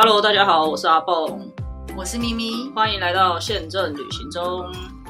Hello， 大家好，我是阿蹦， 我是咪咪， 欢迎来到宪政旅行中。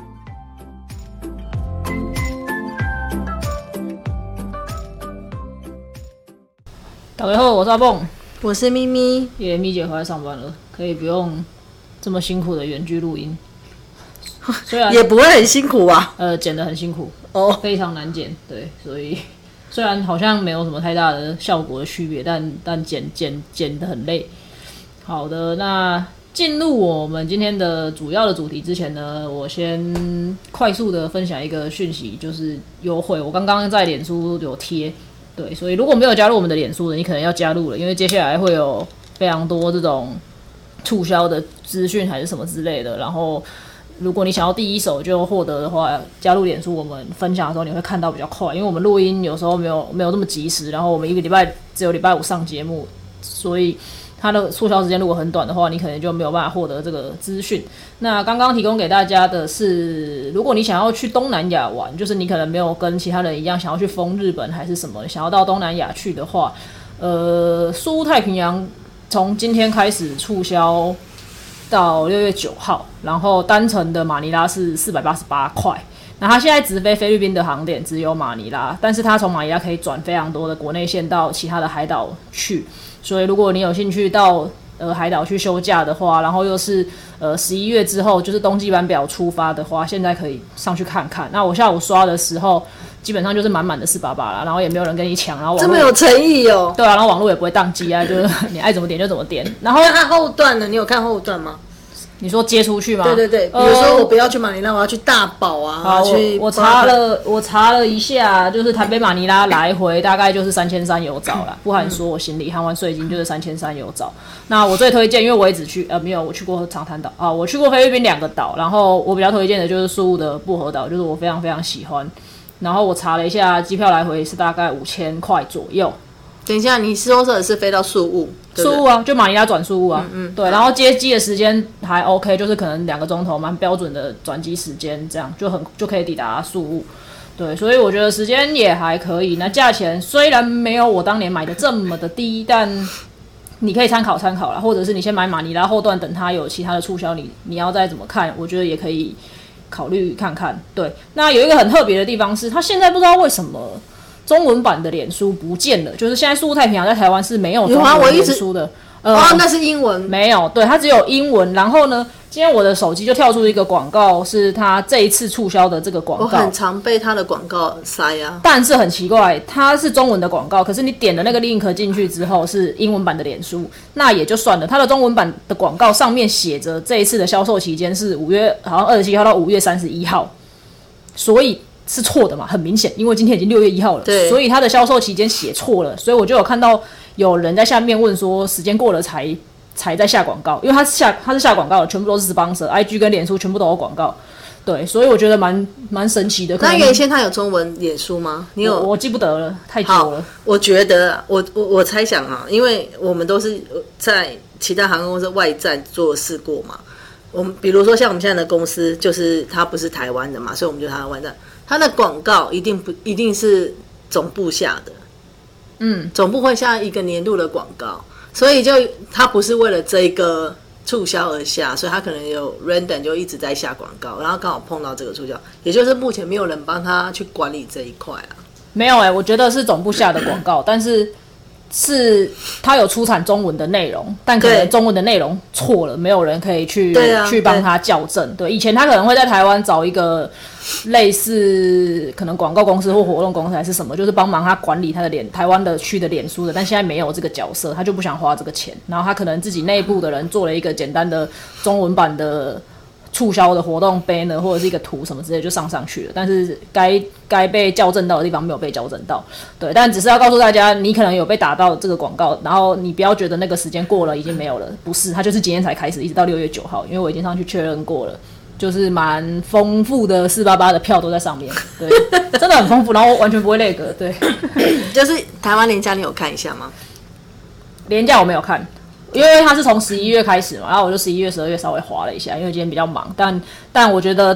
大家好，我是阿蹦， 我是咪咪。 耶，咪姐回来上班了，可以不用这么辛苦的远距录音。虽然也不会很辛苦吧？ 剪得很辛苦哦， 非常难剪，对，所以虽然好像没有什么太大的效果的区别，但剪得很累。好的，那进入我们今天的主要的主题之前呢，我先快速的分享一个讯息，就是优惠。我刚刚在脸书有贴，对，所以如果没有加入我们的脸书的，你可能要加入了，因为接下来会有非常多这种促销的资讯还是什么之类的。然后，如果你想要第一手就获得的话，加入脸书我们分享的时候，你会看到比较快，因为我们录音有时候没有这么及时，然后我们一个礼拜只有礼拜五上节目，所以它的促销时间如果很短的话，你可能就没有办法获得这个资讯。那刚刚提供给大家的是，如果你想要去东南亚玩，就是你可能没有跟其他人一样想要去疯日本还是什么，想要到东南亚去的话，苏太平洋从今天开始促销到6月9号，然后单程的马尼拉是488块。那它现在直飞菲律宾的航点只有马尼拉，但是它从马尼拉可以转非常多的国内线到其他的海岛去，所以如果你有兴趣到海岛去休假的话，然后又是11月之后就是冬季班表出发的话，现在可以上去看看。那我下午刷的时候，基本上就是满满的488啦，然后也没有人跟你抢，然后这么有诚意哦。 对啊，然后网络也不会宕机啊，就是你爱怎么点就怎么点。然后看后段呢？你有看后段吗？ 你说接出去吗？ 对对对，比如说我不要去马尼拉，我要去大堡啊。 好， 去我查了一下，就是台北马尼拉来回大概就是3300有找啦，不含所有行李，含完税金就是3300有找。那我最推荐，因为我也只去没有，我去过长滩岛啊，我去过菲律宾2个岛，然后我比较推荐的就是宿务的薄荷岛，就是我非常非常喜欢。然后我查了一下，机票来回是大概5000块左右。 等一下，你说的是飞到宿务？ 宿务啊，就马尼拉转宿务啊，对，然后接机的时间还 OK， 就是可能2个钟头，蛮标准的转机时间，这样就可以抵达宿务，对，所以我觉得时间也还可以。那价钱虽然没有我当年买的这么的低，但你可以参考啦，或者是你先买马尼拉后段，等它有其他的促销，你要再怎么看，我觉得也可以考虑看看。对，那有一个很特别的地方是，它现在不知道为什么中文版的脸书不见了，就是现在宿务太平洋在台湾是没有中文脸书的。 那是英文， 没有，对，它只有英文。然后呢，今天我的手机就跳出一个广告，是它这一次促销的这个广告。 我很常被它的广告塞啊。 但是很奇怪，它是中文的广告，可是你点的那个 link 进去之后是英文版的脸书，那也就算了。它的中文版的广告上面写着这一次的销售期间是好像27号到5月31号，所以是错的嘛，很明显，因为今天已经6月1号了，所以它的销售期间写错了，所以我就有看到有人在下面问说，时间过了才在下广告，因为它是下广告的，全部都是 sponsor，IG 跟脸书全部都有广告，对，所以我觉得蛮神奇的。 那原先它有中文脸书吗？你有？ 我记不得了，太久了。 我觉得我猜想啊，因为我们都是在其他航空公司外站做试过嘛。我们比如说像我们现在的公司，就是它不是台湾的嘛，所以我们就它的外站。它的广告一定是总部下的，总部会下一个年度的广告，所以它不是为了这个促销而下，所以它可能有 random 就一直在下广告，然后刚好碰到这个促销，也就是目前没有人帮他去管理这一块啊。 没有我觉得是总部下的广告，但是他有出产中文的内容，但可能中文的内容错了，没有人可以去帮他校正。对，以前他可能会在台湾找一个类似可能广告公司或活动公司还是什么，就是帮忙他管理他的台湾的区的脸书的，但现在没有这个角色，他就不想花这个钱，然后他可能自己内部的人做了一个简单的中文版的促销的活动 banner 或者是一个图什么之类就上去了，但是该被校正到的地方没有被校正到，对，但只是要告诉大家，你可能有被打到这个广告，然后你不要觉得那个时间过了已经没有了，不是，它就是今天才开始，一直到6月9号，因为我已经上去确认过了，就是蛮丰富的488的票都在上面，对，真的很丰富，然后完全不会累格，对， 就是台湾廉价你有看一下吗？ 廉价我没有看。因为它是从11月开始嘛，然后我就11月、12月稍微滑了一下，因为今天比较忙。但我觉得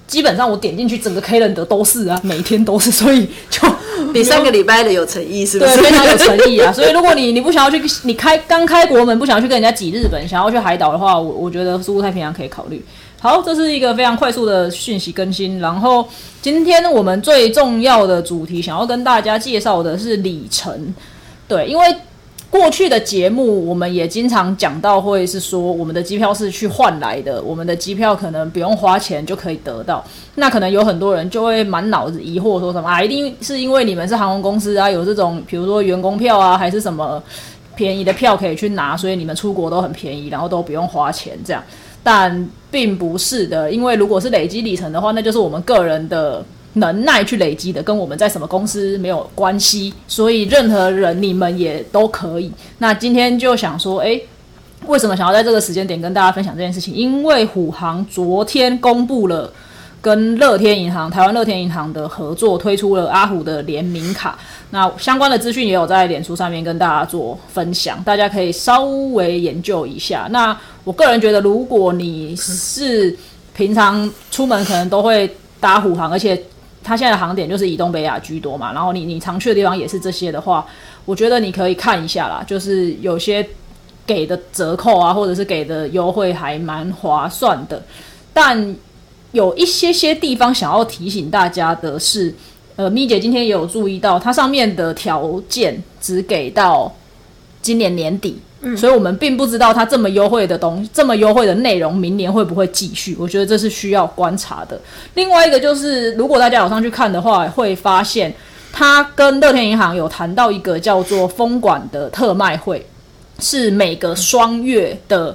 基本上我点进去整个 calendar 都是啊，每天都是，所以就比上个礼拜的有诚意，是不是？ 对，非常有诚意啊。所以如果你不想要去，你刚开国门，不想要去跟人家挤日本，想要去海岛的话，我觉得苏太平洋可以考虑。好，这是一个非常快速的讯息更新。然后今天我们最重要的主题，想要跟大家介绍的是里程。对，因为过去的节目我们也经常讲到，会是说我们的机票是去换来的，我们的机票可能不用花钱就可以得到。那可能有很多人就会满脑子疑惑，说什么啊，一定是因为你们是航空公司啊，有这种比如说员工票啊，还是什么便宜的票可以去拿，所以你们出国都很便宜，然后都不用花钱这样。但并不是的，因为如果是累积里程的话，那就是我们个人的能耐去累积的，跟我们在什么公司没有关系，所以任何人你们也都可以。那今天就想说，为什么想要在这个时间点跟大家分享这件事情？因为虎航昨天公布了跟乐天银行、台湾乐天银行的合作，推出了阿虎的联名卡。那相关的资讯也有在脸书上面跟大家做分享，大家可以稍微研究一下。那我个人觉得，如果你是平常出门可能都会搭虎航，而且它现在的航点就是以东北亚居多嘛，然后你常去的地方也是这些的话，我觉得你可以看一下啦，就是有些给的折扣啊，或者是给的优惠还蛮划算的。但有一些地方想要提醒大家的是，咪姐今天也有注意到，它上面的条件只给到今年年底。所以我们并不知道它这么优惠的内容，明年会不会继续？我觉得这是需要观察的。另外一个就是，如果大家有上去看的话，会发现它跟乐天银行有谈到一个叫做封馆的特卖会，是每个双月的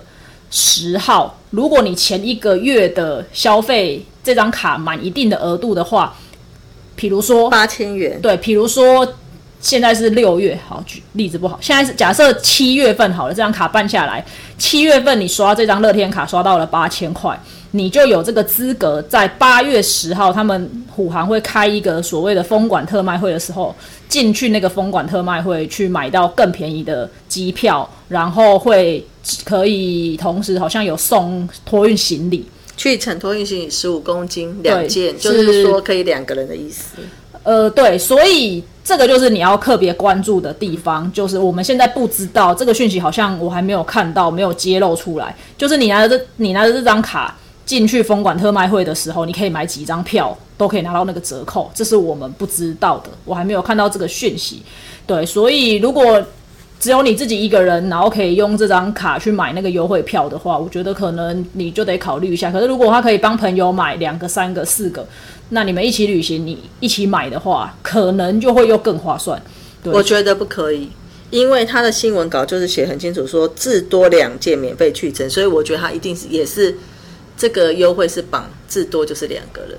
10号，如果你前一个月的消费这张卡满一定的额度的话，比如说 8000元， 对，比如说。现在是6月，好，例子不好。现在是假设7月份好了，这张卡办下来，7月份你刷这张乐天卡刷到了8000块，你就有这个资格在8月10号，他们虎航会开一个所谓的封馆特卖会的时候，进去那个封馆特卖会去买到更便宜的机票，然后可以同时好像有送托运行李， 去程托运行李15公斤2件，就是说可以2个人的意思。 对，所以这个就是你要特别关注的地方，就是我们现在不知道这个讯息，好像我还没有看到，没有揭露出来。就是你拿着这张卡进去封馆特卖会的时候，你可以买几张票都可以拿到那个折扣，这是我们不知道的，我还没有看到这个讯息。对，所以如果只有你自己一个人，然后可以用这张卡去买那个优惠票的话，我觉得可能你就得考虑一下。可是如果他可以帮朋友买2个、3个、4个，那你们一起旅行，你一起买的话，可能就会又更划算。对， 我觉得不可以，因为他的新闻稿就是写很清楚说至多2件免费去程，所以我觉得他一定是也是这个优惠是绑至多就是2个人。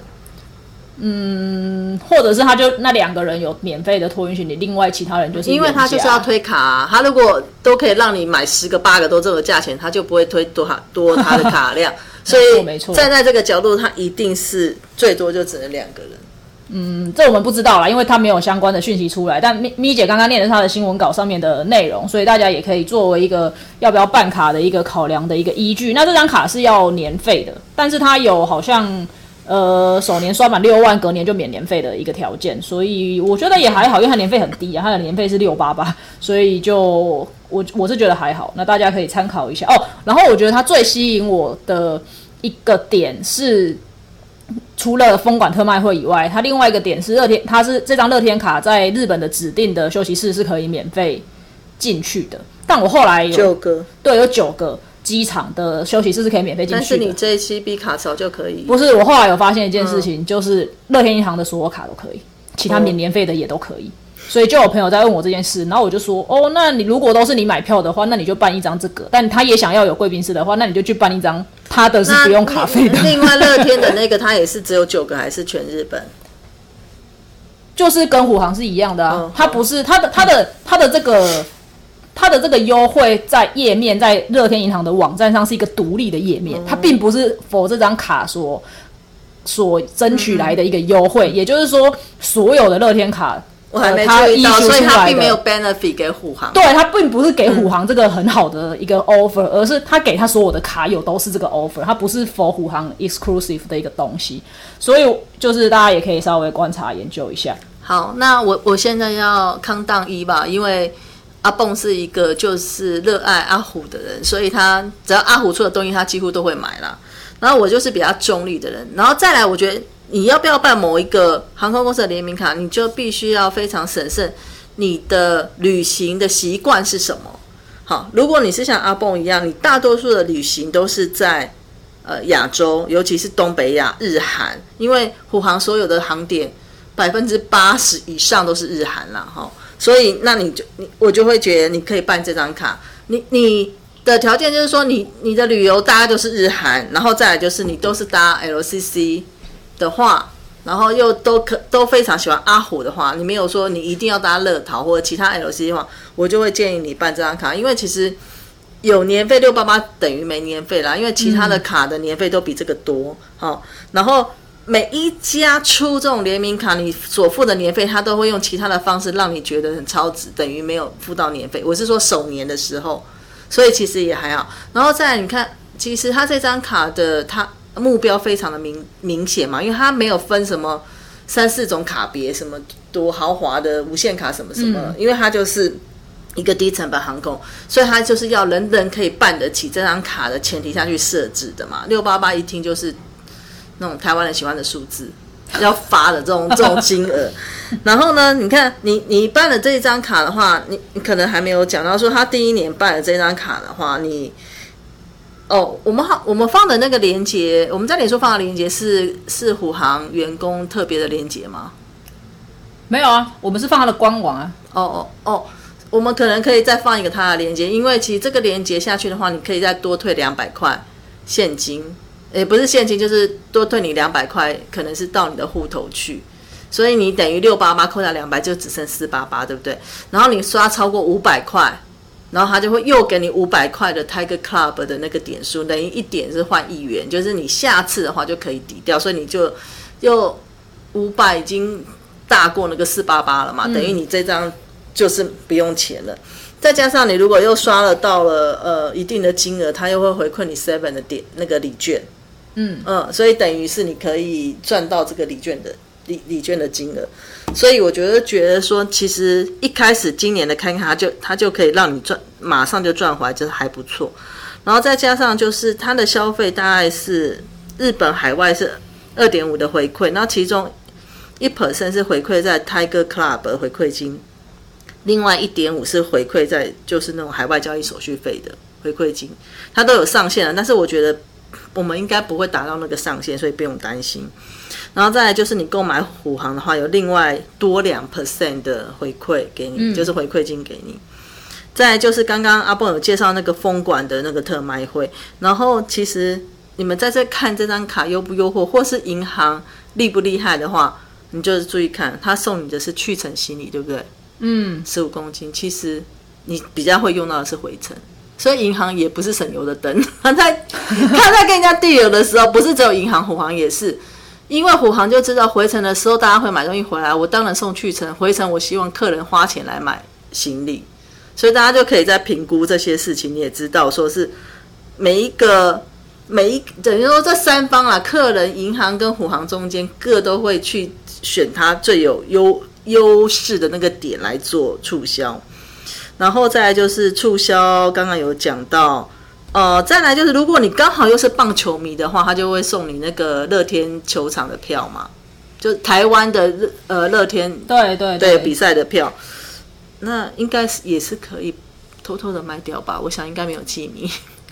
或者是他就那2个人有免费的托运行李，另外其他人就是因为他就是要推卡啊，他如果都可以让你买10个8个都这个价钱，他就不会推多他的卡量，所以站在这个角度，他一定是最多就只能2个人。 这我们不知道啦，因为他没有相关的讯息出来。但咪姐刚刚念的是他的新闻稿上面的内容，所以大家也可以作为一个要不要办卡的一个考量的一个依据。那这张卡是要年费的，但是它有好像首年刷满6万，隔年就免年费的一个条件，所以我觉得也还好，因为它年费很低啊，它的年费是688，所以就我是觉得还好，那大家可以参考一下哦。然后我觉得它最吸引我的一个点是，除了封馆特卖会以外，它另外一个点是它是这张乐天卡在日本的指定的休息室是可以免费进去的，但我后来有 9个， 对，有9个。机场的休息室是可以免费进去的， 但是你 JCB 卡早就可以。 不是，我后来有发现一件事情，就是乐天银行的所有卡都可以，其他免年费的也都可以。所以就有朋友在问我这件事，然后我就说，那你如果都是你买票的话，那你就办一张这个；但他也想要有贵宾室的话，那你就去办一张他的是不用卡费的。 另外乐天的那个，他也是只有9个，还是全日本？ 就是跟虎航是一样的啊，它不是它的这个优惠在页面，在乐天银行的网站上是一个独立的页面，它并不是否这张卡所争取来的一个优惠，也就是说，所有的乐天卡我还没注意到，所以他并没有 benefit 给虎航。 对，他并不是给虎航这个很好的一个 offer，而是他给他所有的卡友都是这个 offer，他不是 for 虎航 exclusive 的一个东西，所以就是大家也可以稍微观察研究一下。 好，那我现在要康荡一吧，因为阿蹦是一个就是热爱阿虎的人，所以他只要阿虎出的东西，他几乎都会买啦。然后我就是比较中立的人，然后再来，我觉得你要不要办某一个航空公司的联名卡，你就必须要非常审慎，你的旅行的习惯是什么？好，如果你是像阿蹦一样，你大多数的旅行都是在亚洲，尤其是东北亚、日韩，因为虎航所有的航点80%以上都是日韩啦，哈，所以那我就会觉得你可以办这张卡，你的条件就是说你的旅游大概都是日韩，然后再来就是你都是搭 LCC 的话，然后又都非常喜欢阿虎的话，你没有说你一定要搭乐桃或者其他 LCC 的话，我就会建议你办这张卡，因为其实有年费688等于没年费啦，因为其他的卡的年费都比这个多，然后每一家出这种联名卡，你所付的年费，他都会用其他的方式让你觉得很超值，等于没有付到年费。我是说首年的时候。所以其实也还好，然后再来你看，其实它这张卡的它目标非常的明显嘛，因为它没有分什么3-4种卡别，什么多豪华的无限卡什么什么，因为它就是一个低成本航空，所以它就是要人人可以办得起这张卡的前提下去设置的嘛。688一听就是那种台湾人喜欢的数字。要发的这种金额，然后呢？你看，你办了这一张卡的话，你可能还没有讲到说，他第一年办了这张卡的话，我们放的那个连结，我们在脸书放的连结是虎航员工特别的连结吗？ 没有啊，我们是放他的官网啊。 我们可能可以再放一个他的连结，因为其实这个连结下去的话，你可以再多退200块现金。也不是现金，就是多退你200块，可能是到你的户头去，所以你等于688扣掉200就只剩488，对不对？然后你刷超过500块，然后他就会又给你500块的 Tiger Club 的那个点数，等于1点是换1元，就是你下次的话就可以抵掉，所以你就又500已经大过那个488了嘛，等于你这张就是不用钱了。再加上你如果又刷了到了一定的金额，他又会回馈你 7 的点那个礼券。所以等于是你可以赚到这个礼券的金额，所以我觉得说，其实一开始今年的开卡它就可以让你马上就赚回来，这还不错。然后再加上就是它的消费大概是日本海外是2.5的回馈，然后其中1% 是回馈在 Tiger Club 的回馈金，另外1.5是回馈在就是那种海外交易手续费的回馈金，它都有上限了，但是我觉得我们应该不会达到那个上限，所以不用担心。然后再来就是你购买虎航的话，有另外多2% 的回馈给你，就是回馈金给你。再来就是刚刚阿蹦有介绍那个封馆的那个特卖会，然后其实你们在这看这张卡优不优惠，或是银行厉不厉害的话，你就是注意看，他送你的是去程行李，对不对？15公斤，其实你比较会用到的是回程。所以银行也不是省油的灯，他在跟人家deal的时候，不是只有银行，虎航也是，因为虎航就知道回程的时候大家会买东西回来，我当然送去程，回程我希望客人花钱来买行李，所以大家就可以在评估这些事情，你也知道说是每一等于说这3方啦，客人、银行跟虎航中间各都会去选它最有优势的那个点来做促销。然后再来就是促销，刚刚有讲到，再来就是如果你刚好又是棒球迷的话，他就会送你那个乐天球场的票嘛，就台湾的乐天对比赛的票，那应该也是可以偷偷的卖掉吧？我想应该没有记迷。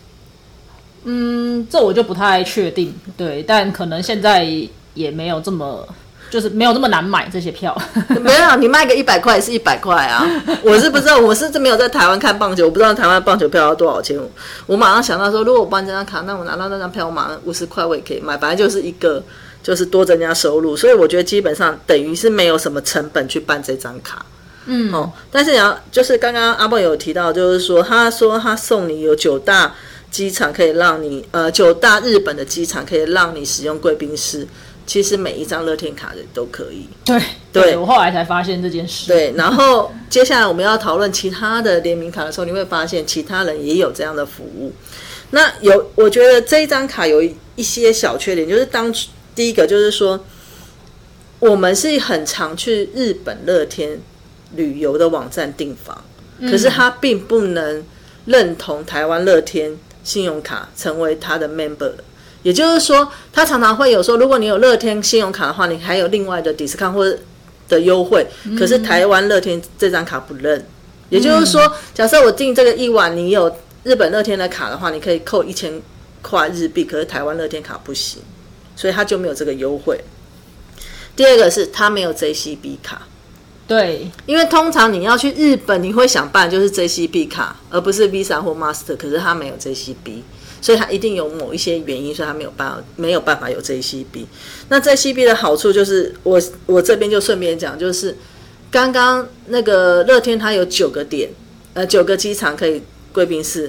这我就不太确定，对，但可能现在也没有这么。就是没有这么难买这些票， 没有，你卖个100块也是100块啊！我是不知道，我是没有在台湾看棒球，我不知道台湾棒球票要多少钱。我马上想到说，如果我办这张卡，那我拿到那张票，我马上50块我也可以买，反正就是一个就是多增加收入，所以我觉得基本上等于是没有什么成本去办这张卡。但是你要就是刚刚阿蹦有提到，就是说他送你有9大机场可以让你9大日本的机场可以让你使用贵宾室。 其实每一张乐天卡的都可以。 对，我后来才发现这件事。 对，然后接下来我们要讨论其他的联名卡的时候，你会发现其他人也有这样的服务。那我觉得这一张卡有一些小缺点，就是第一个就是说，我们是很常去日本乐天旅游的网站订房，可是它并不能认同台湾乐天信用卡成为它的 member。也就是说，他常常会有说，如果你有乐天信用卡的话，你还有另外的 discount 或者的优惠。可是台湾乐天这张卡不认。也就是说，假设我订这个1晚，你有日本乐天的卡的话，你可以扣1000块日币，可是台湾乐天卡不行，所以他就没有这个优惠。第二个是他没有 JCB 卡。 对， 因为通常你要去日本，你会想办就是 JCB 卡，而不是 Visa 或 Master， 可是他没有 JCB。所以它一定有某一些原因，所以它没有办法有 JCB。那 JCB 的好处就是，我这边就顺便讲，就是刚刚那个乐天它有9个点，9个机场可以贵宾室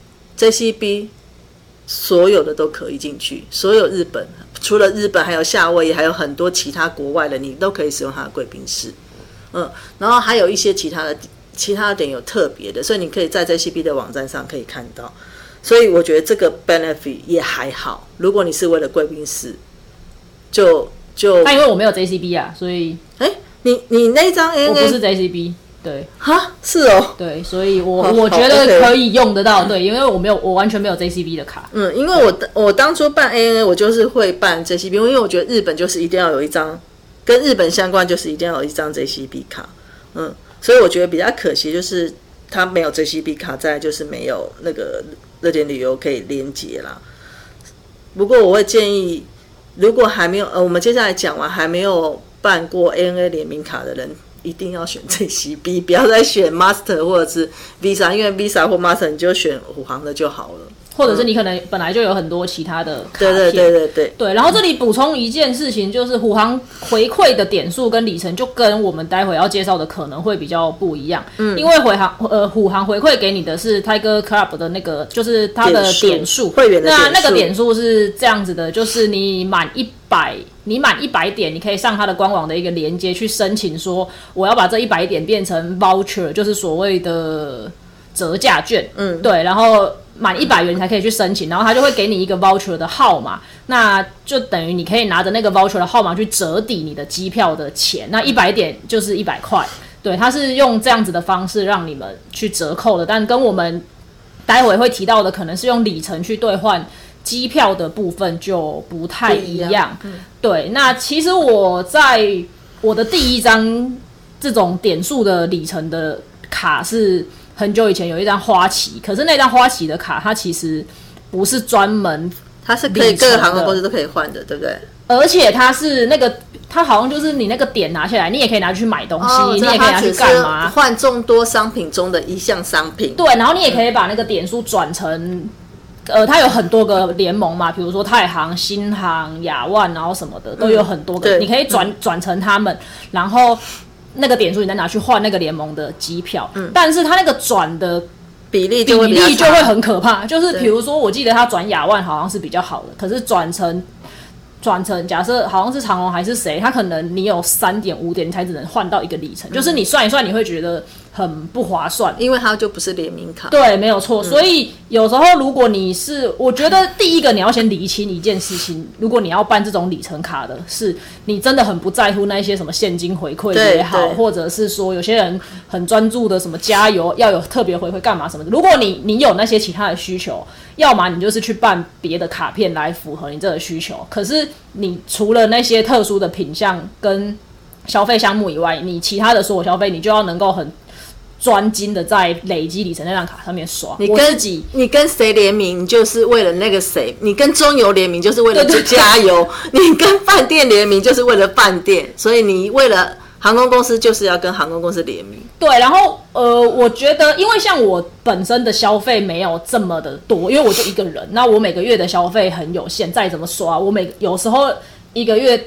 ，JCB 所有的都可以进去，所有日本除了日本还有夏威夷，还有很多其他国外的，你都可以使用它的贵宾室。然后还有一些其他的点有特别的，所以你可以在 JCB 的网站上可以看到。所以我觉得这个 benefit 也还好，如果你是为了贵宾室， 但因为我没有 JCB 啊，所以你那张 ANA 我不是 JCB， 对， 哈，是哦， 对，所以我觉得可以用得到，对，因为我完全没有 JCB 的卡， 因为我当初办 ANA 我就是会办 JCB， 因为我觉得日本就是一定要有一张跟日本相关，就是一定要有一张 JCB 卡，所以我觉得比较可惜就是它没有 JCB 卡，再来就是没有那个乐天旅游可以连结啦。不过我会建议，如果还没有我们接下来讲完还没有办过 ANA 联名卡的人，一定要选 JCB， 不要再选 Master 或者是 Visa， 因为 Visa 或 Master 你就选虎航的就好了。 或者是你可能本来就有很多其他的卡片，对。然后这里补充一件事情，就是虎航回馈的点数跟里程就跟我们待会要介绍的可能会比较不一样，因为虎航回馈给你的是 Tiger Club 的那个，就是它的点数， 会员的点数。 那个点数是这样子的，就是你满100点，你可以上它的官网的一个连接去申请，说我要把这100点变成 voucher， 就是所谓的折价券，对，然后满100元才可以去申请，然后他就会给你一个 voucher 的号码，那就等于你可以拿着那个 voucher 的号码去折抵你的机票的钱，那100点就是100块，对，他是用这样子的方式让你们去折扣的，但跟我们待会会提到的可能是用里程去兑换机票的部分就不太一样，对，那其实我在我的第一张这种点数的里程的卡是很久以前有一张花旗，可是那张花旗的卡它其实不是专门， 它是可以各个航空公司都可以换的，对不对？ 而且它是那个，它好像就是你那个点拿下来，你也可以拿去买东西，你也可以拿去干嘛？ 换众多商品中的一项商品。 对，然后你也可以把那个点数转成，它有很多个联盟嘛，比如说太行、新航、亚万，然后什么的都有很多个，你可以转成他们，然后那个点数你再拿去换那个联盟的机票，但是它那个转的比例就会很可怕，就是比如说我记得他转亚万好像是比较好的，可是转成假设好像是长荣还是谁，他可能你有3.5点你才只能换到一个里程，就是你算一算你会觉得很不划算， 因为它就不是联名卡。 对，没有错。所以有时候如果你是，我觉得第一个你要先厘清一件事情，如果你要办这种里程卡的，是你真的很不在乎那些什么现金回馈也好，或者是说有些人很专注的什么加油要有特别回馈干嘛什么的。如果你有那些其他的需求，要么你就是去办别的卡片来符合你这个需求。可是你除了那些特殊的品项跟消费项目以外，你其他的所有消费，你就要能够很专精的在累积里程那张卡上面刷。 你跟谁联名就是为了那个谁，你跟中油联名就是为了去加油，你跟饭店联名就是为了饭店，所以你为了航空公司就是要跟航空公司联名。 对，然后我觉得因为像我本身的消费没有这么的多，因为我就一个人，那我每个月的消费很有限，再怎么刷，我有时候一个月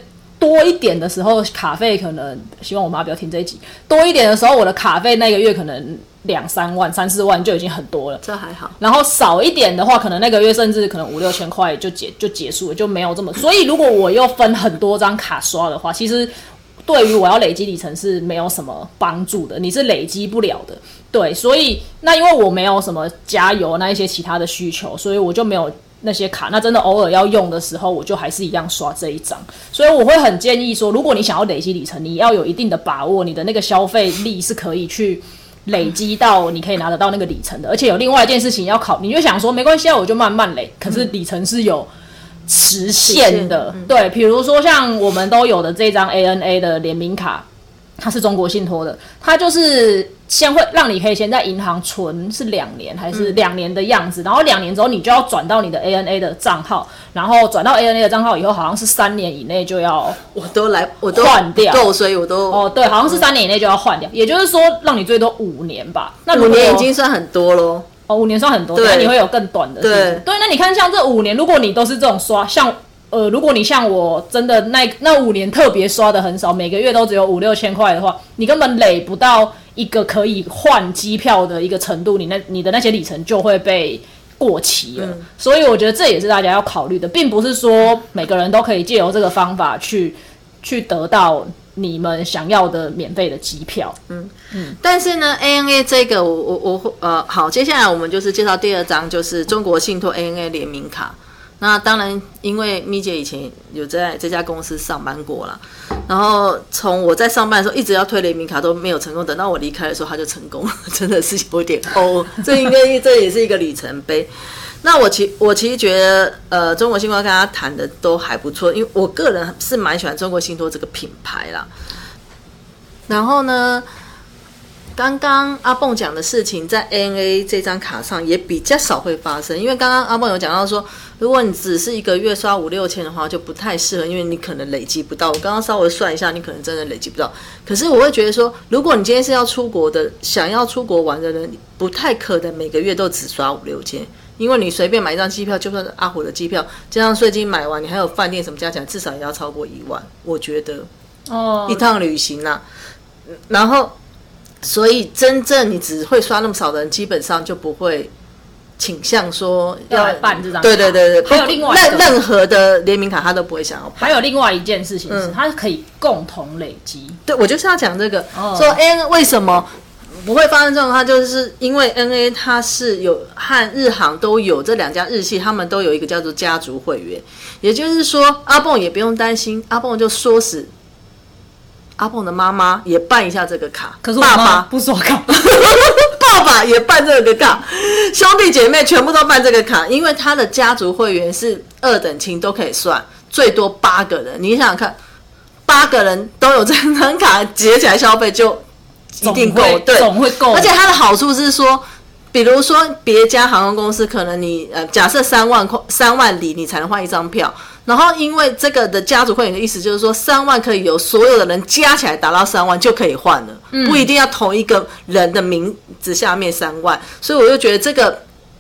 多一点的时候，卡费可能希望我妈不要听这一集。多一点的时候，我的卡费那个月可能2-3万、3-4万就已经很多了， 这还好。 然后少一点的话，可能那个月甚至可能5-6千块就结束了，就没有这么。所以如果我又分很多张卡刷的话，其实对于我要累积里程是没有什么帮助的，你是累积不了的。对，所以那因为我没有什么加油那一些其他的需求，所以我就没有那些卡，那真的偶尔要用的时候，我就还是一样刷这一张。所以我会很建议说，如果你想要累积里程，你要有一定的把握，你的那个消费力是可以去累积到你可以拿得到那个里程的。而且有另外一件事情要考，你就想说没关系啊，我就慢慢累，可是里程是有时限的。对，比如说像我们都有的这张 ANA 的联名卡，它是中国信托的，它就是先会让你可以先在银行存是2年还是2年的样子，然后2年之后你就要转到你的 ANA 的账号，然后转到 ANA 的账号以后，好像是3年以内就要我都换掉， 够，所以我都对，好像是3年以内就要换掉，也就是说让你最多5年吧。那 5年已经算很多咯。 5年算很多，那你会有更短的时间。对，那你看像这5年，如果你都是这种刷，像如果你像我真的那5年特别刷的很少，每个月都只有5-6千块的话，你根本累不到一个可以换机票的一个程度，你的那些里程就会被过期了。所以我觉得这也是大家要考虑的，并不是说每个人都可以借由这个方法去得到你们想要的免费的机票。 但是呢 ，ANA 这个好，接下来我们就是介绍第2张，就是中国信托 ANA 联名卡。那当然，因为咪姐以前有在这家公司上班过啦，然后从我在上班的时候一直要推联名卡都没有成功，等到我离开的时候他就成功了，真的是有点这也是一个里程碑。那我其实觉得中国信托跟他谈的都还不错，因为我个人是蛮喜欢中国信托这个品牌啦。然后呢，刚刚阿蹦讲的事情在 ANA 这张卡上也比较少会发生，因为刚刚阿蹦有讲到说，如果你只是一个月刷5-6千的话就不太适合，因为你可能累积不到。我刚刚稍微算一下，你可能真的累积不到。可是我会觉得说，如果你今天是要出国的，想要出国玩的人，不太可能每个月都只刷5-6千，因为你随便买一张机票，就算是阿虎的机票，加上税金买完，你还有饭店什么加起来，至少也要超过1万，我觉得一趟旅行啊。然后所以真正你只会刷那么少的人，基本上就不会倾向说要来办这张卡。 对， 还有另外一个任何的联名卡他都不会想要办。 还有另外一件事情是，它可以共同累积。 对，我就是要讲这个，说为什么不会发生这种？它就是因为 NA 它是有和日航都有这2家日系，他们都有一个叫做家族会员，也就是说阿蹦也不用担心，阿蹦就说死。阿蹦的妈妈也办一下这个卡， 可是我妈不刷卡， 爸爸也办这个卡，兄弟姐妹全部都办这个卡，因为他的家族会员是2等亲都可以算，最多8个人。你想想看，8个人都有这张卡，结起来消费就一定够，对， 总会够。 而且它的好处是说，比如说别家航空公司可能你假设3万里你才能换一张票。然后，因为这个的家族会员的意思就是说，3万可以有所有的人加起来达到3万就可以换了，不一定要同一个人的名字下面3万。所以我就觉得这个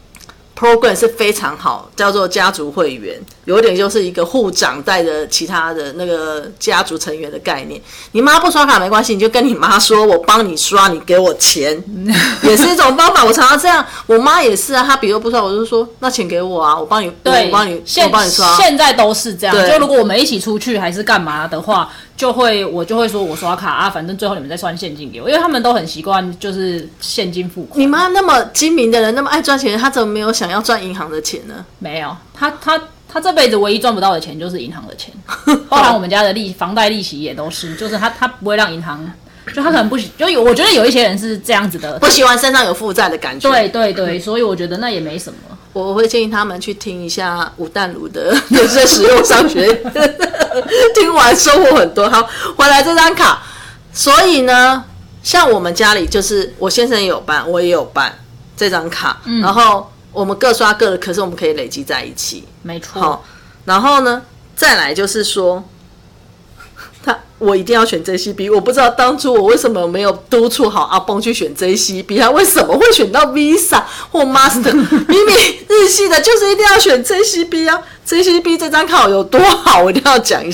program 是非常好，叫做家族会员，有点就是一个户长带着其他的那个家族成员的概念。你妈不刷卡没关系，你就跟你妈说，我帮你刷，你给我钱，也是一种方法。我常常这样，我妈也是啊，她比如不刷，我就说那钱给我啊，我帮你，我帮你刷。 现在都是这样，就如果我们一起出去还是干嘛的话，我就会说我刷卡啊，反正最后你们再算现金给我，因为他们都很习惯就是现金付款。 你妈那么精明的人，那么爱赚钱，她怎么没有想要赚银行的钱呢？ 没有，他这辈子唯一赚不到的钱就是银行的钱，包含我们家的房贷利息也都是，就是他不会让银行，就他可能不喜，就我觉得有一些人是这样子的， 不喜欢身上有负债的感觉。 对，所以我觉得那也没什么。 我会建议他们去听一下吴淡如的人生实用商学院，听完收获很多。好，回来这张卡，所以呢，像我们家里就是我先生也有办，我也有办这张卡，然后我们各刷各的，可是我们可以累积在一起， 没错。 好，然后呢，再来就是说，我一定要选 JCB， 我不知道当初我为什么没有督促好阿蹦去选 JCB， 他为什么会选到 Visa 或 Master？ 明明日系的就是一定要选 JCB 啊 ！JCB 这张卡有多好，我一定要讲一下。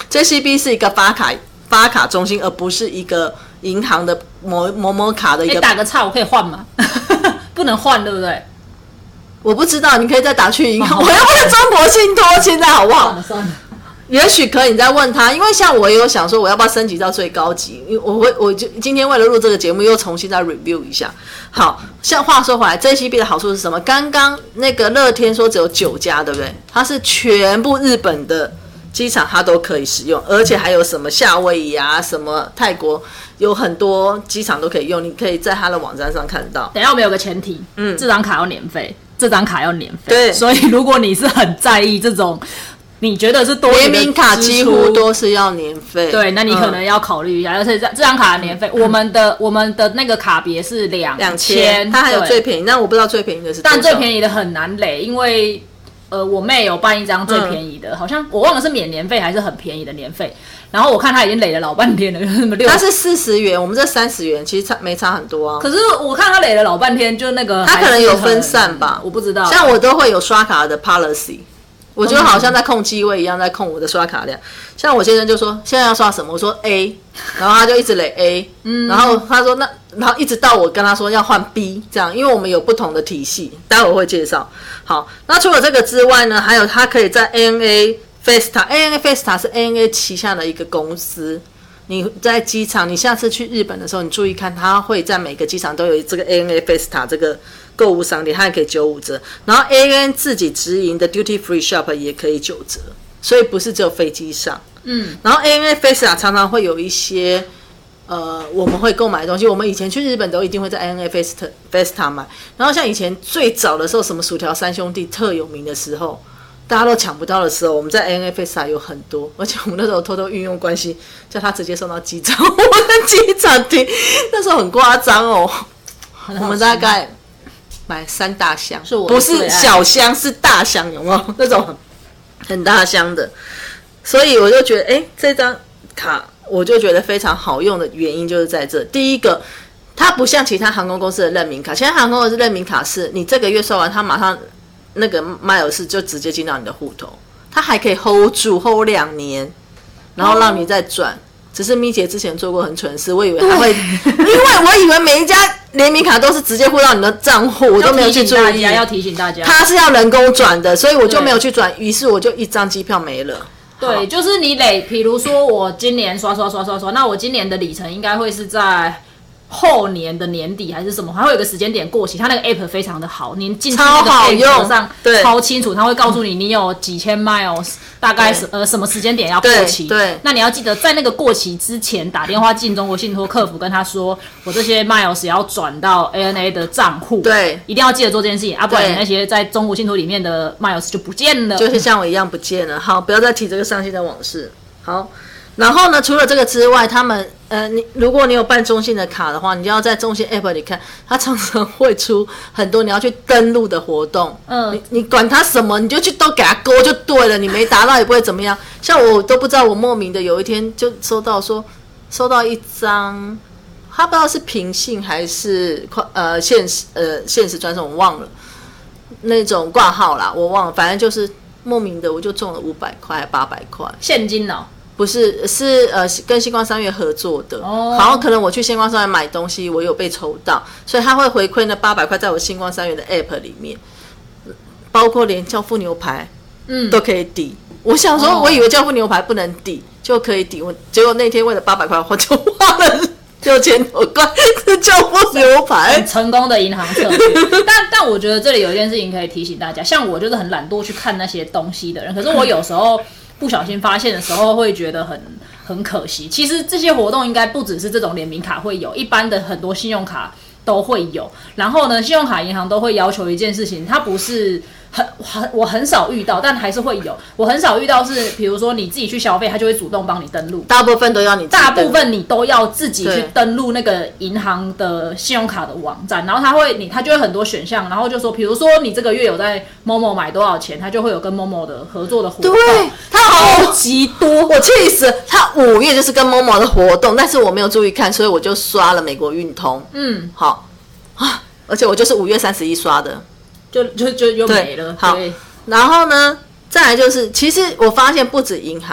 JCB 是一个发卡中心，而不是一个银行的某卡的一个。 打个岔，我可以换吗？不能换，对不对？ 我不知道，你可以再打去银行。我要问中国信托现在好不好？ 算了。 也许可以，你再问他，因为像我也有想说，我要不要升级到最高级？因为我就今天为了录这个节目，又重新再 review 一下。好，像话说回来 ，JCB 的好处是什么？刚刚那个乐天说只有9家，对不对？它是全部日本的机场它都可以使用，而且还有什么夏威夷啊、什么泰国，有很多机场都可以用。你可以在它的网站上看到。 等一下我们有个前提，这张卡要年费，这张卡要年费。 对， 所以如果你是很在意这种。你觉得是多联名卡几乎都是要年费， 对，那你可能要考虑一下，而且这张卡的年费，我们的那个卡别是2000， 它还有最便宜，但我不知道最便宜的是多少。 但最便宜的很难累，因为我妹有办一张最便宜的，好像我忘了是免年费还是很便宜的年费，然后我看她已经累了老半天了，什么6， 它是40元，我们这30元，其实没差很多啊。 可是我看她累了老半天，就那个它可能有分散吧， 我不知道。 像我都会有刷卡的 policy。我就好像在控机位一样，在控我的刷卡量。像我先生就说现在要刷什么，我说 A， 然后他就一直垒 A，然后他说然后一直到我跟他说要换 B， 这样，因为我们有不同的体系，待会我会介绍。好，那除了这个之外呢，还有他可以在 ANA Festa 是 ANA 旗下的一个公司。你在机场，你下次去日本的时候，你注意看，它会在每个机场都有这个 ANA Festa 这个购物商店，它也可以95折。然后 ANA 自己直营的 Duty Free Shop 也可以9折，所以不是只有飞机上。然后 ANA Festa 常常会有一些我们会购买的东西。我们以前去日本都一定会在 ANA Festa 买。然后像以前最早的时候，什么薯条三兄弟特有名的时候。大家都抢不到的时候，我们在 ANA Festa 有很多，而且我们那时候偷偷运用关系，叫他直接送到机场，我在机场停，那时候很夸张哦。我们大概买3大箱，不是小箱，是大箱，有没有那种很大箱的？所以我就觉得，这张卡我就觉得非常好用的原因就是在这。第一个，它不像其他航空公司的认名卡，其他航空公司认名卡是你这个月刷完，它马上。那个 miles 就直接进到你的户头，它还可以 hold 2年，然后让你再转。只是咪姐之前做过很蠢的事，我以为它会，因为我以为每一家联名卡都是直接汇到你的账户，我都没有去注意。 要提醒大家， 它是要人工转的，所以我就没有去转，于是我就一张机票没了。 对，就是你得，比如说我今年刷，那我今年的里程应该会是在。后年的年底还是什么，还会有个时间点过期。它那个 app 非常的好，你进去那个 app 上超清楚，它会告诉你你有几千 miles， 大概什么时间点要过期。对，那你要记得在那个过期之前打电话进中国信托客服，跟他说我这些 miles 要转到 ANA 的账户。对，一定要记得做这件事情啊，不然你那些在中国信托里面的 miles 就不见了， 就是像我一样不见了。好，不要再提这个伤心的往事。好。然后呢，除了这个之外，他们如果你有办中信的卡的话，你就要在中信 app 里看，它常常会出很多你要去登录的活动。你管它什么，你就去都给它勾就对了，你没达到也不会怎么样。像我都不知道，我莫名的有一天就收到一张，他不知道是平信还是限时专送，我忘了那种挂号啦，我忘了，反正就是莫名的我就中了500块、800块现金哦。 不是，是跟星光三月合作的，好像可能我去星光三月买东西，我有被抽到，所以他会回馈那800块在我星光三月的 app 里面，包括连教父牛排，都可以抵。我想说，我以为教父牛排不能抵，就可以抵，结果那天为了800块，我就花了6000多块是教父牛排， 很成功的银行策略。但我觉得这里有一件事情可以提醒大家，像我就是很懒惰去看那些东西的人，可是我有时候。不小心发现的时候，会觉得很可惜。其实这些活动应该不只是这种联名卡会有，一般的很多信用卡都会有。然后呢，信用卡银行都会要求一件事情，它不是我很少遇到，但还是会有。我很少遇到是，比如说你自己去消费，他就会主动帮你登录。 大部分都要你自己登录， 大部分你都要自己去登录那个银行的信用卡的网站，然后他就会很多选项，然后就说，比如说你这个月有在 Momo 买多少钱，他就会有跟 Momo 的合作的活动。 对，他超级多， 我气死！他5月就是跟 Momo 的活动，但是我没有注意看，所以我就刷了美国运通。好啊，而且我就是5月31刷的。 就又没了。 好，然后呢，再来就是，其实我发现不止银行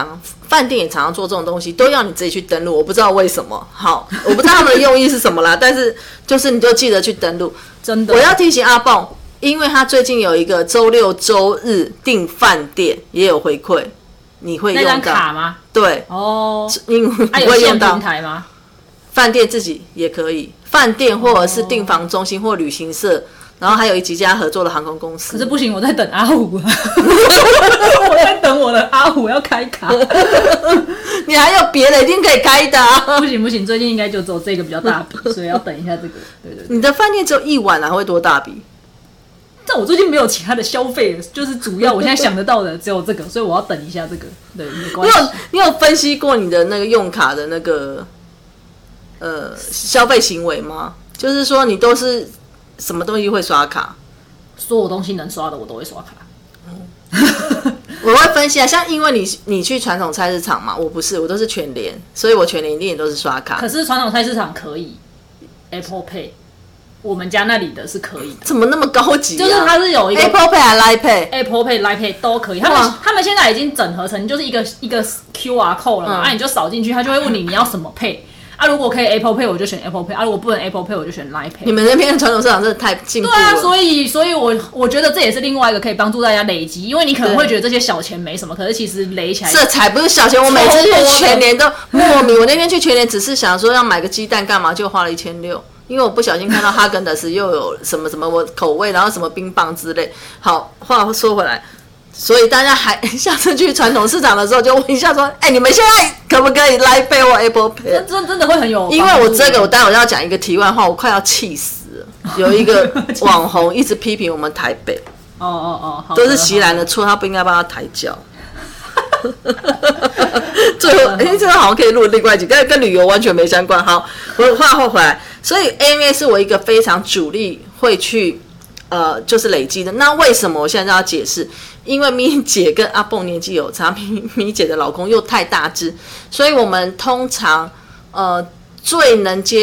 饭店也常常做这种东西，都要你自己去登录，我不知道为什么。好，我不知道他们的用意是什么啦，但是就是你就记得去登录。 真的， 我要提醒阿蹦，因为他最近有一个周六周日订饭店也有回馈，你会用到那张卡吗？ 对， 哦， 因为有线会用到平台吗？ 饭店自己也可以，饭店或者是订房中心或旅行社，然后还有几家合作的航空公司。 可是不行，我在等阿虎啊，我在等我的阿虎要开卡。 你还有别的一定可以开的啊！ 不行，最近应该就只有这个比较大笔，所以要等一下这个。对。 你的饭店只有一晚啊，会多大笔？ 但我最近没有其他的消费，就是主要我现在想得到的只有这个，所以我要等一下这个。对，没关系。 你有分析过你的那个用卡的那个消费行为吗？就是说你都是什么东西会刷卡？ 所有东西能刷的我都会刷卡。 我会分析啊，像因为你去传统菜市场嘛，我不是，我都是全联，所以我全联一定也都是刷卡。 可是传统菜市场可以 Apple Pay， 我们家那里的是可以的。 怎么那么高级啊？ 就是它是有一个 Apple Pay 还 Line Pay、Apple Pay、Line Pay 都可以。他们现在已经整合成就是一个 QR code 了嘛，你就扫进去，他就会问你要什么 Pay。啊，如果可以 Apple Pay 我就选 Apple Pay， 啊，如果不能 Apple Pay 我就选 Line Pay。 你们那边的传统市场真的太进步了。 对啊，所以我觉得这也是另外一个可以帮助大家累积，因为你可能会觉得这些小钱没什么，可是其实累起来这才不是小钱。我每次去全联都莫名，我那天去全联只是想说要买个鸡蛋干嘛，就花了1600。因为我不小心看到哈根达斯又有什么什么我口味，然后什么冰棒之类。好，话说回来。所以大家还下次去传统市场的时候，就问一下说：“你们现在可不可以Line Pay或 Apple Pay？” 真的会很有， 因为我待会要讲一个题外话，我快要气死了。有一个网红一直批评我们台北，都是席兰的错，他不应该帮他抬轿。最后，这个好像可以录另外一集，跟旅游完全没相关。好，我话回来，所以 ANA 是我一个非常主力会去。就是累积的。那为什么我现在要解释？因为咪姐跟阿蹦年纪有差，咪姐的老公又太大只，所以我们通常最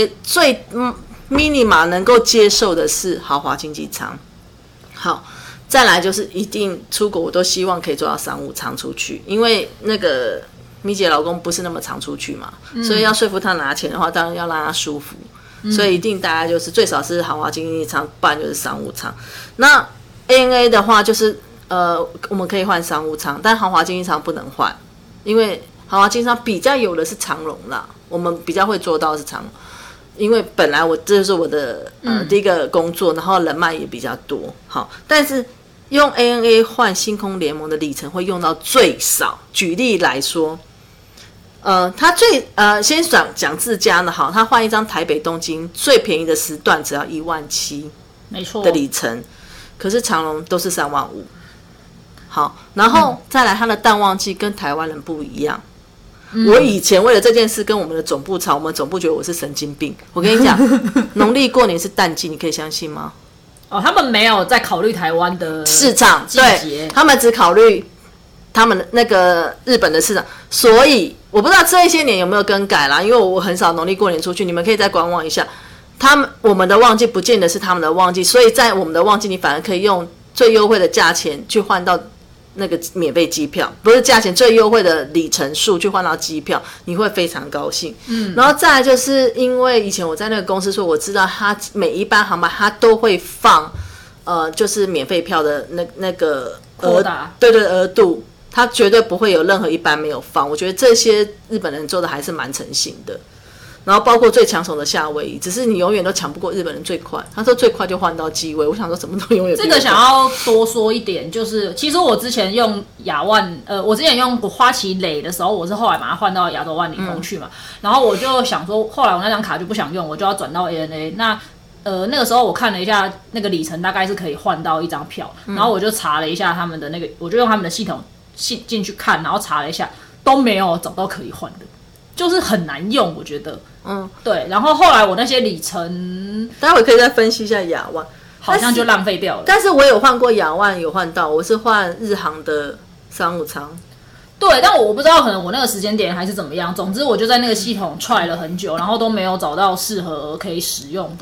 minima 能够接受的是豪华经济舱。好，再来就是一定出国我都希望可以坐到商务舱出去，因为那个咪姐老公不是那么常出去嘛，所以要说服他拿钱的话，当然要让他舒服。所以一定大家就是最少是豪华经济舱，不然就是商务舱。那 ANA 的话就是我们可以换商务舱，但豪华经济舱不能换，因为豪华经济舱比较有的是长荣啦，我们比较会做到是长荣，因为本来这就是我的第一个工作，然后人脉也比较多。好，但是用 ANA 换星空联盟的里程会用到最少。举例来说。他先讲自家的好，他换一张台北东京最便宜的时段只要17000， 没错的里程，可是长荣都是35000。好，然后再来他的淡旺季跟台湾人不一样。我以前为了这件事跟我们的总部吵，我们总部觉得我是神经病。我跟你讲，农历过年是淡季，你可以相信吗？ 他们没有在考虑台湾的市场， 对， 他们只考虑他们那个日本的市场，所以我不知道这一些年有没有更改啦，因为我很少农历过年出去，你们可以再观望一下。我们的旺季不见得是他们的旺季，所以在我们的旺季，你反而可以用最优惠的价钱去换到那个免费机票，不是价钱最优惠的里程数去换到机票，你会非常高兴。然后再来就是因为以前我在那个公司说，我知道他每一班航班他都会放就是免费票的那个额度。他绝对不会有任何一班没有放，我觉得这些日本人做的还是蛮诚信的。然后包括最抢手的夏威夷，只是你永远都抢不过日本人最快。他说最快就换到机位，我想说什么都永远这个想要多说一点，就是其实我之前用亚万，我之前用花旗累的时候，我是后来把它换到亚洲万里空去嘛。然后我就想说，后来我那张卡就不想用，我就要转到 ANA。那个时候我看了一下那个里程，大概是可以换到一张票。然后我就查了一下他们的那个，我就用他们的系统进去看，然后查了一下，都没有找到可以换的，就是很难用，我觉得。对。然后后来我那些里程， 待会可以再分析一下亚万， 好像就浪费掉了。 但是我有换过亚万，有换到，我是换日航的商务舱。 对，但我不知道，可能我那个时间点还是怎么样。总之，我就在那个系统 try 了很久，然后都没有找到适合可以使用的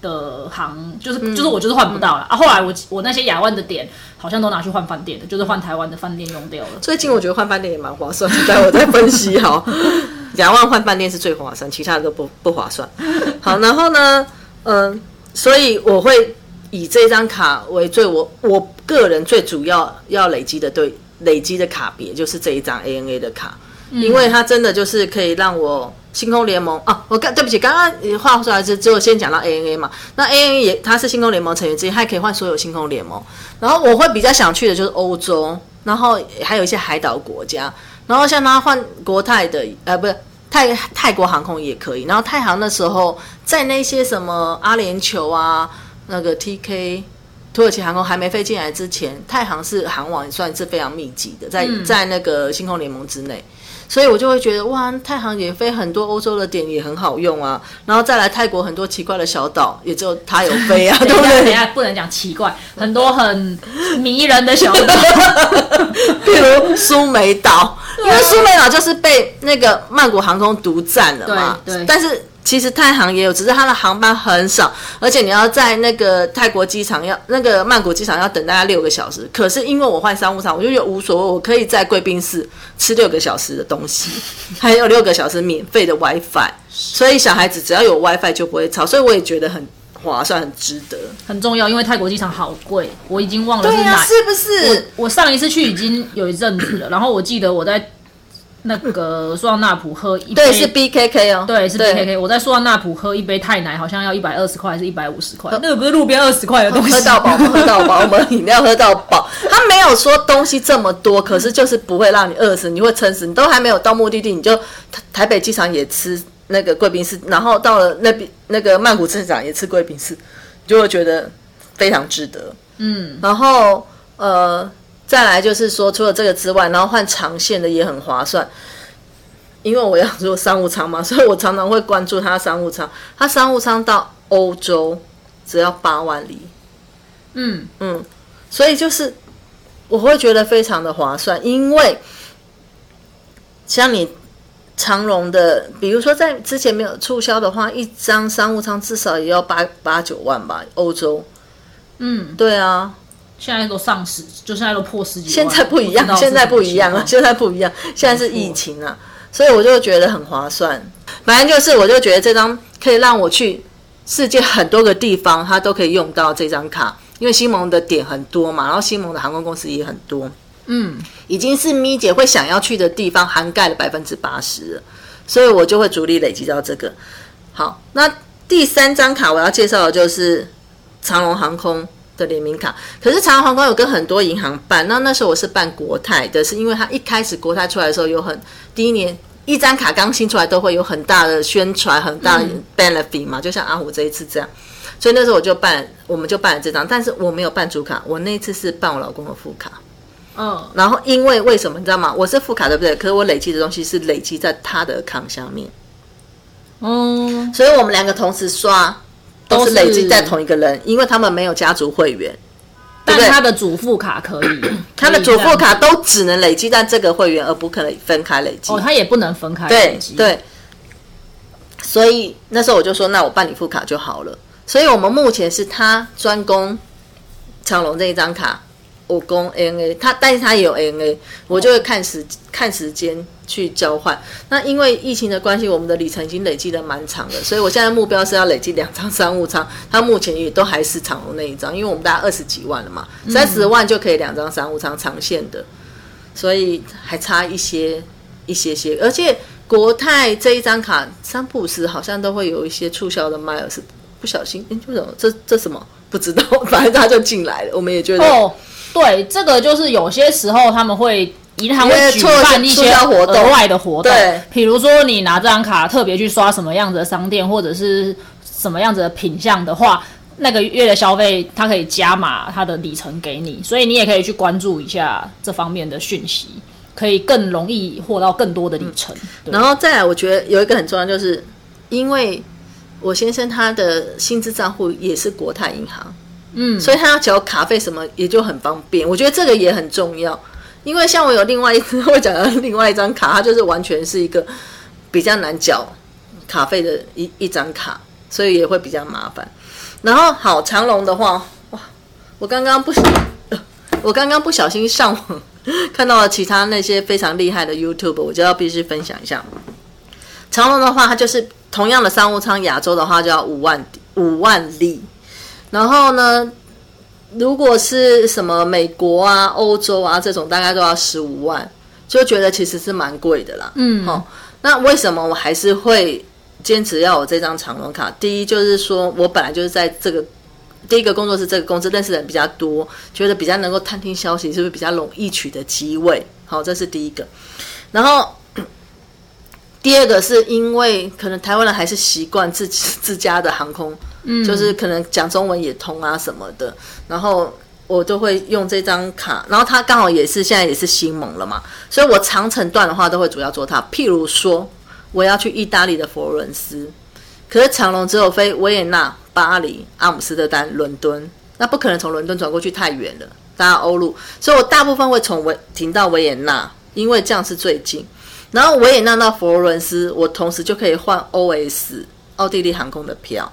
的就是我就是换不到了啊。后来我那些亚万的点好像都拿去换饭店的，就是换台湾的饭店用掉了。 最近我觉得换饭店也蛮划算的，待我再分析好。亚万换饭店是最划算，其他的都不划算。好，然后呢，所以我会以这张卡为我个人最主要要累积的卡别就是这一张 ANA 的卡，因为它真的就是可以让我星空联盟对不起，刚刚话说来只有先讲到 ANA 嘛，那 ANA 它是星空联盟成员之一，它可以换所有星空联盟。然后我会比较想去的就是欧洲，然后还有一些海岛国家，然后像它换国泰的不是泰国航空也可以，然后太航那时候在那些什么阿联酋啊，那个 TK。土耳其航空还没飞进来之前，太航是航网算是非常密集的，在那个星空联盟之内，所以我就会觉得哇，太航也飞很多欧洲的点也很好用啊，然后再来泰国很多奇怪的小岛，也只有它有飞啊，对不对？ 等一下不能讲奇怪，很多很迷人的小岛， 譬如苏梅岛，因为苏梅岛就是被那个曼谷航空独占了嘛， 对， 但是。其实太航也有，只是它的航班很少，而且你要在那个泰国机场那个曼谷机场要等大概6个小时。可是因为我换商务舱，我就觉得无所谓，我可以在贵宾室吃6个小时的东西，还有6个小时免费的 WiFi， 所以小孩子只要有 WiFi 就不会吵，所以我也觉得很划算，很值得， 很重要。因为泰国机场好贵，我已经忘了是哪， 对啊，是不是？ 我上一次去已经有一阵子了，然后我记得我在。那个苏万纳普喝一杯， 对，是 BKK 哦， 对，是 BKK。我在苏万纳普喝一杯泰奶，好像要120块还是150块？那个不是路边20块的东西。 喝到饱，我们饮料喝到饱。他没有说东西这么多，可是就是不会让你饿死，你会撑死。你都还没有到目的地，你就台北机场也吃那个贵宾室，然后到了那个曼谷机场也吃贵宾室，你就会觉得非常值得。然后再来就是说，除了这个之外，然后换长线的也很划算，因为我要做商务舱嘛，所以我常常会关注他商务舱。他商务舱到欧洲只要8万里，所以就是我会觉得非常的划算，因为像你长荣的，比如说在之前没有促销的话，一张商务舱至少也要8、9万吧，欧洲，对啊。 现在都上10，就现在都破10几万。 现在不一样，现在不一样了，现在是疫情啊，所以我就觉得很划算。反正就是，我就觉得这张可以让我去世界很多个地方，它都可以用到这张卡，因为星盟的点很多嘛，然后星盟的航空公司也很多，已经是咪姐会想要去的地方涵盖了80%了，所以我就会逐力累积到这个。好，那第3张卡我要介绍的就是长荣航空的联名卡，可是长荣航空有跟很多银行办，那时候我是办国泰的，是因为它一开始国泰出来的时候第一年一张卡刚新出来都会有很大的宣传，很大的 benefit 嘛，就像阿虎这一次这样，所以那时候我们就办了这张，但是我没有办主卡，我那一次是办我老公的副卡。然后因为什么你知道吗？我是副卡对不对？可是我累积的东西是累积在他的account下面，所以我们2个同时刷。都是累积在同一个人，因为他们没有家族会员， 但他的主副卡可以， 他的主副卡都只能累积在这个会员，而不可能分开累积。 他也不能分开累积。 对，所以那时候我就说，那我办你副卡就好了。所以我们目前是他专攻长荣这一张卡，我供 ANA， 但是他也有 ANA， 我就会看时间去交换。那因为疫情的关系，我们的里程已经累积的蛮长的，所以我现在目标是要累积2张商务舱。他目前也都还是长荣那一张，因为我们大概20几万了嘛，30万就可以2张商务舱长线的，所以还差一些。而且国泰这一张卡3不5时好像都会有一些促销的 miles， 不小心为什么这什么不知道，反正他就进来了，我们也觉得对，这个就是有些时候他们会银行会举办一些额外的活动，比如说你拿这张卡特别去刷什么样子的商店或者是什么样子的品项的话，那个月的消费它可以加码它的里程给你，所以你也可以去关注一下这方面的讯息，可以更容易获到更多的里程。 然后再来我觉得有一个很重要，就是因为我先生他的薪资账户也是国泰银行，所以他要缴卡费什么也就很方便，我觉得这个也很重要。因为像我有会讲到另外一张卡，它就是完全是一个比较难缴卡费的一张卡，所以也会比较麻烦。 然后好，长荣的话，哇，我刚刚不小心上网看到了其他那些非常厉害的 YouTube， 我就要必须分享一下。长荣的话，它就是同样的商务舱，亚洲的话就要5万里。然后呢，如果是什么美国啊、欧洲啊这种，大概都要15万，就觉得其实是蛮贵的啦。那为什么我还是会坚持要有这张长荣卡？第一就是说我本来就是在这个第一个工作是这个公司认识的人比较多，觉得比较能够探听消息，是不是比较容易取得机位？好，这是第一个。然后第二个是因为可能台湾人还是习惯自家的航空，就是可能讲中文也通啊什么的，然后我都会用这张卡，然后它刚好现在也是新盟了嘛，所以我长程段的话都会主要做它。譬如说我要去意大利的佛罗伦斯，可是长荣只有飞维也纳、巴黎、阿姆斯特丹、伦敦，那不可能从伦敦转过去太远了，搭欧陆，所以我大部分会停到维也纳，因为这样是最近。然后维也纳到佛罗伦斯，我同时就可以换 OS 奥地利航空的票，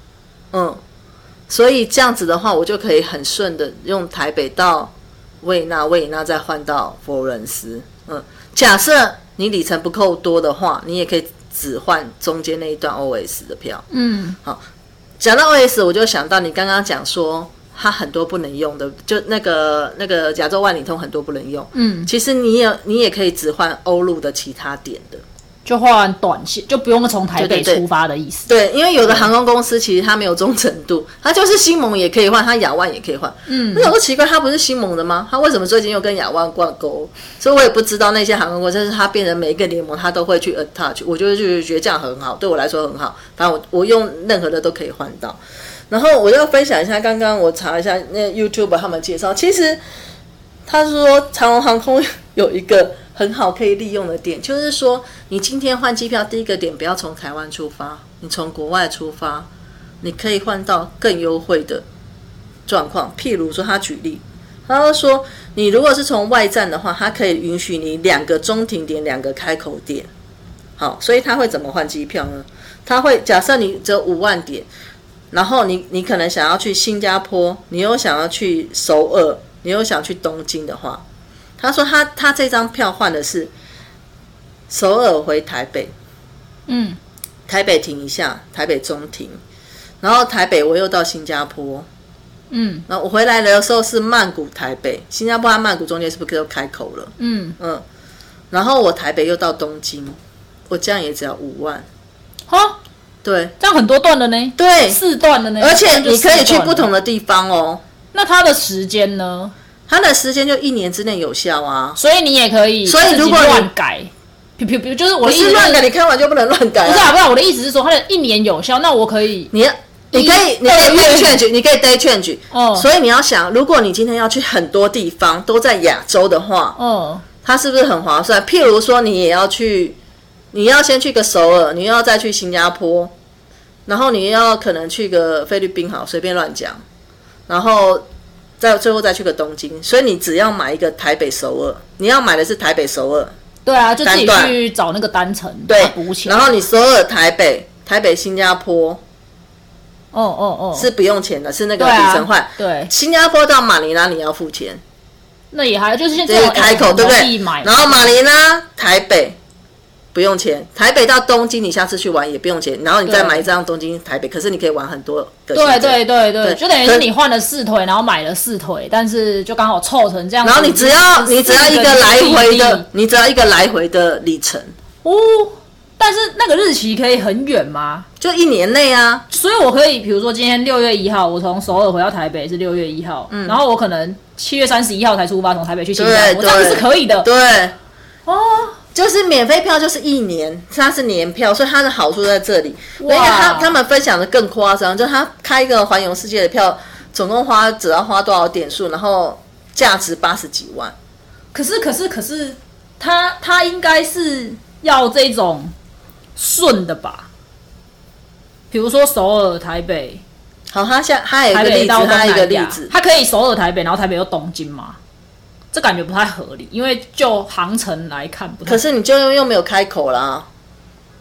所以这样子的话，我就可以很顺的用台北到维也纳，维也纳再换到佛罗伦斯。假设你里程不够多的话，你也可以只换中间那一段 OS 的票。好，讲到 OS， 我就想到你刚刚讲说它很多不能用的，就那个亚洲万里通很多不能用。其实你也可以只换欧陆的其他点的， 就换短线，就不用从台北出发的意思。 对，因为有的航空公司其实它没有忠诚度，它就是新盟也可以换，它亚万也可以换。那有个奇怪，它不是新盟的吗？它为什么最近又跟亚万挂钩？所以我也不知道那些航空公司，它变成每一个联盟它都会去 attach， 我就觉得这样很好，对我来说很好。反正我用任何的都可以换到。然后我要分享一下，刚刚我查一下那 YouTube 他们介绍，其实他说长荣航空有一个很好可以利用的点，就是说你今天换机票，第一个点不要从台湾出发，你从国外出发，你可以换到更优惠的状况。譬如说他举例，他说你如果是从外站的话，他可以允许你2个中停点2个开口点。好，所以他会怎么换机票呢？他会假设你只有5万点，然后你可能想要去新加坡，你又想要去首尔，你又想去东京的话，他说他这张票换的是首尔回台北，台北停一下，台北中停，然后台北我又到新加坡，然后我回来的时候是曼谷台北，新加坡和曼谷中间是不是都开口了？然后我台北又到东京，我这样也只要5万。对， 这样很多段了呢。 对 ，4段了呢。 而且你可以去不同的地方哦。 那它的时间呢？ 它的时间就1年之内有效啊。 所以你也可以， 所以如果乱改，比如就是我的意思、就是， 不是乱改，你看完就不能乱改、啊。 不是，我的意思是说，它的1年有效，那我可以， 你可以 day change， 你可以 day change。所以你要想，如果你今天要去很多地方都在亚洲的话，它是不是很划算？譬如说，你要先去个首尔，你要再去新加坡，然后你要可能去个菲律宾，好，随便乱讲，然后最后再去个东京，所以你只要买一个台北首尔，你要买的是台北首尔， 对啊，就自己去找那个单程， 对， 补起来。 然后你首尔台北新加坡，是不用钱的，是那个里程换， 对， 新加坡到马尼拉你要付钱， 那也还就是现在开口对不对？然后马尼拉台北。不用钱，台北到东京，你下次去玩也不用钱，然后你再买一张东京台北，可是你可以玩很多个。 对，就等于是你换了4腿，然后买了4腿，但是就刚好凑成这样。 然后你只要一个来回的，你只要一个来回的里程。 但是那个日期可以很远吗？ 就1年内啊。 所以我可以，比如说今天6月1号，我从首尔回到台北是6月1号，然后我可能7月31号才出发，从台北去新加坡，这样是可以的。 对。就是免费票就是1年，它是年票，所以它的好处在这里。而且他们分享的更夸张，就是他开一个环游世界的票，总共只要花多少点数，然后价值80几万。 可是，他应该是要这种顺的吧？比如说首尔台北， 好，他有一个例子， 他可以首尔台北，然后台北又东京嘛？这感觉不太合理，因为就航程来看不太。 可是你就又没有开口啦。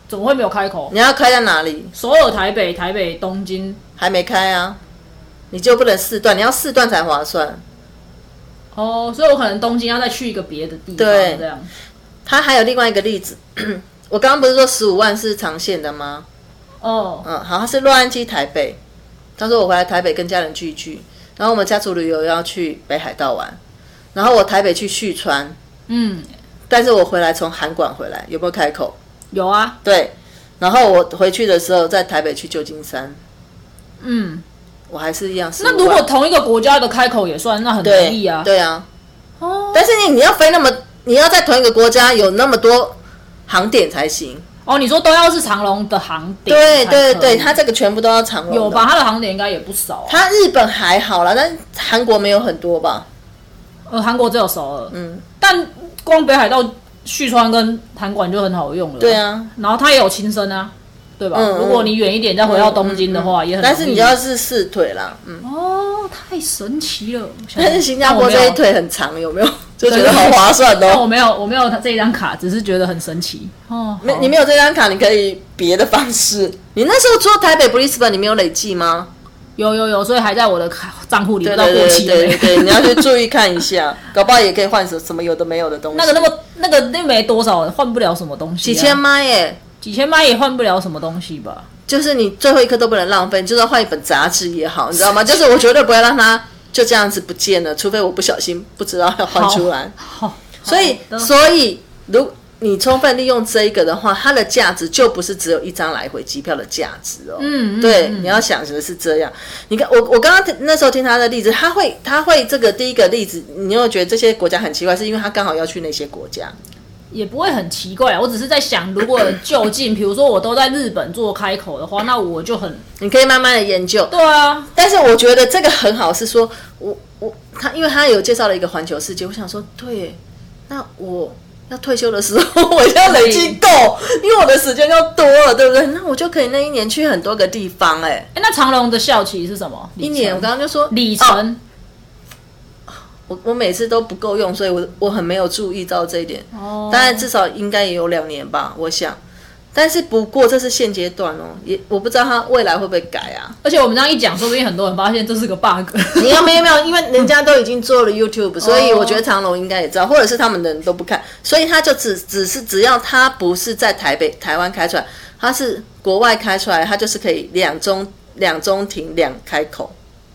怎么会没有开口？ 你要开在哪里？ 首尔、台北、东京还没开啊，你就不能4段，你要4段才划算。 哦，所以我可能东京要再去一个别的地方， 对这样。 它还有另外一个例子，我刚刚不是说15万是长线的吗？ 哦， 好，他是洛杉矶台北，他说我回来台北跟家人聚一聚，然后我们家族旅游要去北海道玩，然后我台北去旭川，但是我回来从函馆回来，有没有开口？ 有啊， 对，然后我回去的时候在台北去旧金山，我还是一样15万。 那如果同一个国家的开口也算，那很容易啊。 对啊， 哦， 但是你要飞你要在同一个国家有那么多航点才行。 哦，你说都要是长荣的航点？ 对，它这个全部都要长荣的。 有吧？它的航点应该也不少啊。 它日本还好啦，但韩国没有很多吧？ 韩国只有首尔。但光北海道、旭川跟函馆就很好用了。 对啊， 然后它也有轻生啊，对吧？如果你远一点再回到东京的话，也很容易。 但是你要是4腿啦， 哦，太神奇了！ 但是新加坡这一腿很长，有没有？就觉得好划算哦。 但我没有这张卡，只是觉得很神奇哦。 你没有这张卡，你可以别的方式。你那时候做台北 Brisbane， 你没有累计吗？ 有，所以还在我的账户里，不知道过期了没。 对，你要去注意看一下，搞不好也可以换什么有的没有的东西。 那个没多少，换不了什么东西。 几千麦耶， 几千麦也换不了什么东西吧？ 就是你最后一刻都不能浪费，你就算换一本杂志也好，你知道吗？就是我绝对不会让它就这样子不见了，除非我不小心不知道要换出来。所以如你充分利用这一个的话，它的价值就不是只有一张来回机票的价值哦。对，你要想的是这样。你看我刚刚那时候听他的例子，他会这个第一个例子，你又觉得这些国家很奇怪，是因为他刚好要去那些国家。 也不会很奇怪，我只是在想，如果就近，比如说我都在日本做开口的话，那我就你可以慢慢的研究。 对啊， 但是我觉得这个很好，是说因为他有介绍了一个环球世界，我想说，对，那我要退休的时候，我要累积够，因为我的时间要多了，对不对？那我就可以那一年去很多个地方， 那长荣的效期是什么？ 1年，我刚刚就说里程。 我每次都不够用，所以我很没有注意到这一点。当然至少应该也有2年吧，我想。但是不过这是现阶段哦，我不知道它未来会不会改啊。 而且我们这样一讲，说不定很多人发现这是个 bug。 没有，因为人家都已经做了 YouTube， 所以我觉得长荣应该也知道，或者是他们的人都不看，所以他就只要他不是在台湾开出来，他是国外开出来，他就是可以2中停2开口。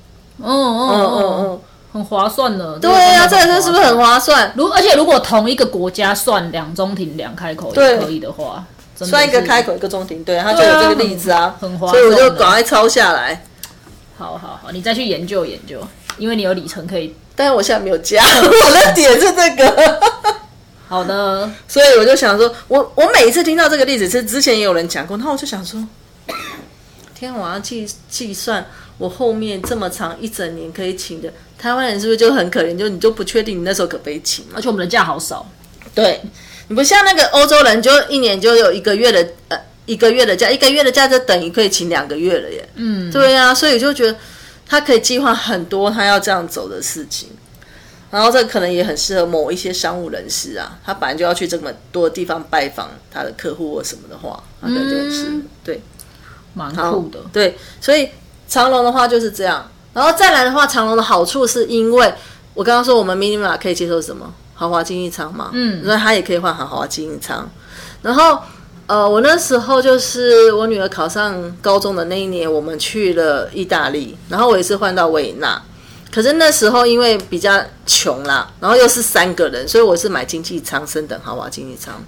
很划算的。 对啊，这个是不是很划算？ 而且如果同一个国家算2中停2开口也可以的话， 算一个开口一个中停，对，他就有这个例子啊， 很划算， 所以我就赶快抄下来。 好，你再去研究研究，因为你有里程可以。 但是我现在没有加，我的点是这个。 好的， 所以我就想说，我每一次听到这个例子，是之前也有人讲过，然后我就想说，天，我要计算我后面这么长1整年可以请的。台湾人是不是就很可怜？就你就不确定你那时候可不可以请， 而且我们的假好少。 对，你不像那个欧洲人，就1年就有1个月的1个月的假，1个月的假就等于可以请2个月了耶。对啊，所以我就觉得他可以计划很多他要这样走的事情，然后这可能也很适合某一些商务人士啊，他本来就要去这么多地方拜访他的客户或什么的话，他可能就很适合。对， 蛮酷的。 对，所以长荣的话就是这样。然后再来的话，长荣的好处是因为我刚刚说我们 Minima 可以接受什么豪华经济舱嘛，所以他也可以换豪华经济舱。然后我那时候就是我女儿考上高中的那一年，我们去了意大利，然后我也是换到维也纳。可是那时候因为比较穷啦，然后又是3个人，所以我是买经济舱升等豪华经济舱。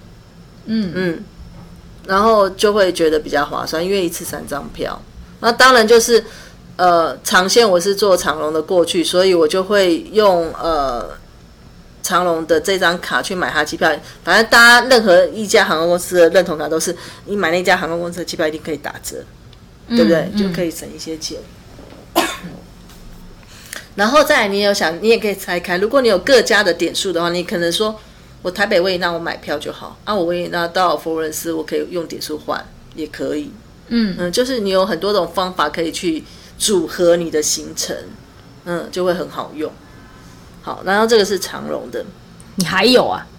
然后就会觉得比较划算，因为一次3张票。那当然就是长线我是坐长荣的过去，所以我就会用长荣的这张卡去买它机票。反正大家任何一家航空公司的认同卡都是，你买那家航空公司的机票一定可以打折，对不对？就可以省一些钱。然后再来，你也可以拆开，如果你有各家的点数的话，你可能说我台北维也纳我买票就好啊，我维也纳到佛罗伦斯我可以用点数换也可以。就是你有很多种方法可以去组合你的行程，就会很好用。好，然后这个是长荣的， 你还有啊？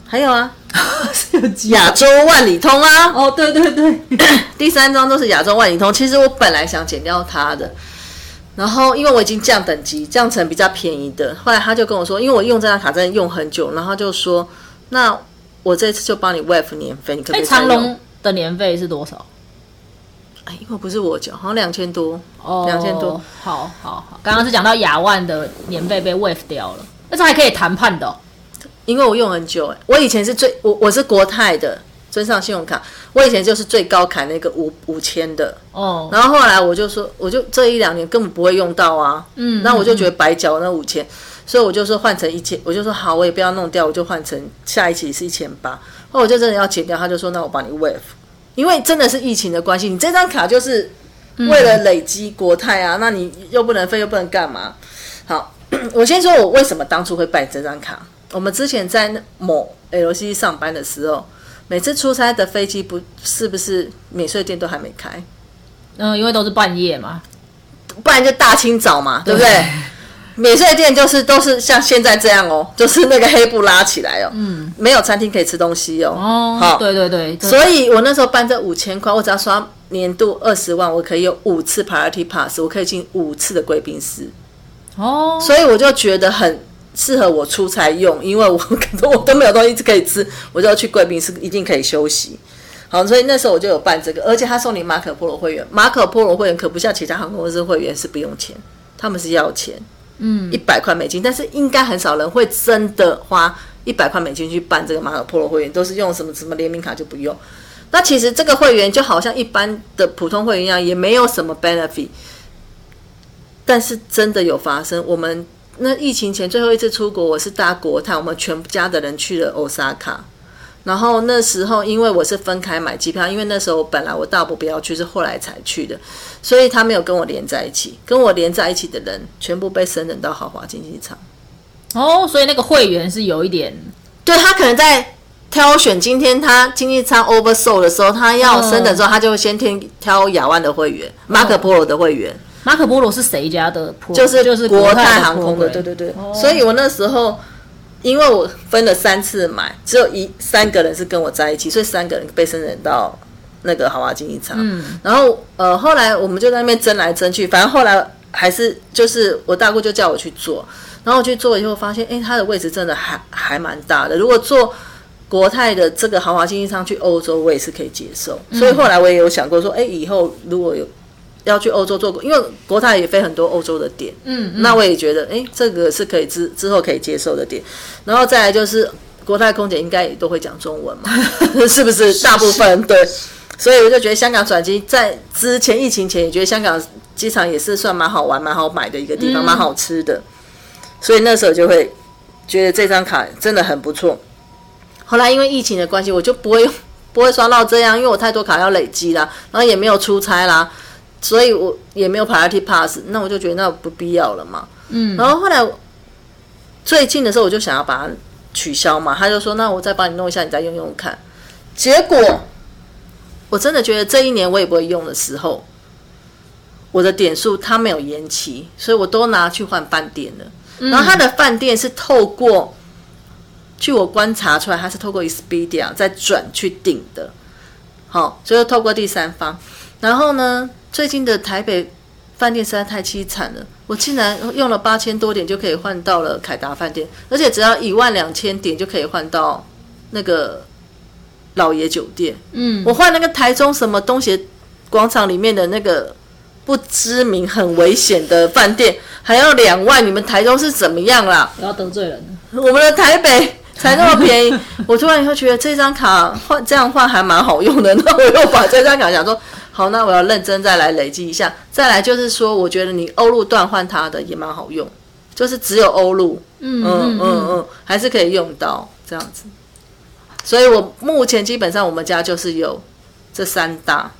还有啊， 是有几亚洲万里通啊。 哦，对对对， 第3张都是亚洲万里通。其实我本来想减掉它的，然后因为我已经降等级，降成比较便宜的。后来他就跟我说，因为我用这张卡真的用很久，然后就说，那我这次就帮你 waive 年费，你可不可以再用？ 长荣的年费是多少？ 因为不是我缴，好像2000多哦 ，2000多。 好，刚刚是讲到亚万的年费被 waive 掉了，那这还可以谈判的哦。 因为我用很久，我以前是我是国泰的尊上信用卡，我以前就是最高砍那个5000的哦，然后后来我就说，我就这1-2年根本不会用到啊，那我就觉得白缴那5000，所以我就说换成1000，我就说好，我也不要弄掉，我就换成下一期是1800，后来我就真的要减掉，他就说那我帮你 waive， 因为真的是疫情的关系，你这张卡就是为了累积国泰啊，那你又不能飞又不能干嘛？好，我先说我为什么当初会办这张卡。我们之前在某 LC 上班的时候，每次出差的飞机是不是免税店都还没开？ 因为都是半夜嘛， 不然就大清早嘛，对不对？免税店都是像现在这样哦，就是那个黑布拉起来哦，没有餐厅可以吃东西哦。 好，对对对， 所以我那时候办这5000块，我只要刷年度20万，我可以有5次 Priority Pass， 我可以进5次的贵宾室。哦，所以我就觉得很适合我出差用，因为我都没有东西可以吃，我就要去贵宾室，一定可以休息。好，所以那时候我就有办这个，而且他送你马可波罗会员，马可波罗会员可不像其他航空公司会员是不用钱，他们是要钱，100块美金，但是应该很少人会真的花100块美金去办这个马可波罗会员，都是用什么联名卡就不用。那其实这个会员就好像一般的普通会员一样，也没有什么 benefit， 但是真的有发生。我们那疫情前最后一次出国，我是搭国泰，我们全家的人去了 Osaka。然后那时候因为我是分开买机票，因为那时候本来我大伯不要去，是后来才去的，所以他没有跟我连在一起。跟我连在一起的人全部被升等到豪华经济舱。 哦，所以那个会员是有一点， 对，他可能在挑选今天他经济舱 oversold 的时候，他要升等的时候，他就会先挑亚湾的会员，马可波罗的会员。 马可波罗是谁家的？ 就是国泰航空的，对对对。所以我那时候，因为我分了3次买，只有3个人是跟我在一起，所以3个人被升等到那个豪华经济舱。然后后来我们就在那边争来争去，反正后来还是就是我大姑就叫我去做，然后我去做以后发现，他的位置真的还蛮大的。如果坐国泰的这个豪华经济舱去欧洲，我也是可以接受。所以后来我也有想过说，以后如果有要去欧洲做，因为国泰也飞很多欧洲的点，那我也觉得，这个是可以之后可以接受的点。然后再来就是国泰空姐应该也都会讲中文嘛，是不是？大部分对，所以我就觉得香港转机在之前疫情前也觉得香港机场也是算蛮好玩、蛮好买的一个地方，蛮好吃的，所以那时候就会觉得这张卡真的很不错。后来因为疫情的关系，我就不会刷到这样，因为我太多卡要累积啦，然后也没有出差啦。所以我也没有 Priority Pass， 那我就觉得那不必要了嘛。然后后来最近的时候我就想要把它取消嘛，他就说那我再帮你弄一下，你再用用看。结果我真的觉得这1年我也不会用的时候，我的点数它没有延期，所以我都拿去换饭店了。然后他的饭店是透过，据我观察出来，他是透过 Expedia 再转去订的，好，所以透过第三方。然后呢，最近的台北饭店实在太凄惨了，我竟然用了8000多点就可以换到了凯达饭店，而且只要12000点就可以换到那个老爷酒店。我换那个台中什么东协广场里面的那个不知名很危险的饭店，还要2万，你们台中是怎么样啦？ 不要得罪人， 我们的台北才那么便宜。我突然以后觉得这张卡这样换还蛮好用的，那我又把这张卡想说，好，那我要认真再来累积一下。再来就是说，我觉得你欧陆段换它的也蛮好用，就是只有欧陆，还是可以用到这样子。所以我目前基本上我们家就是有这3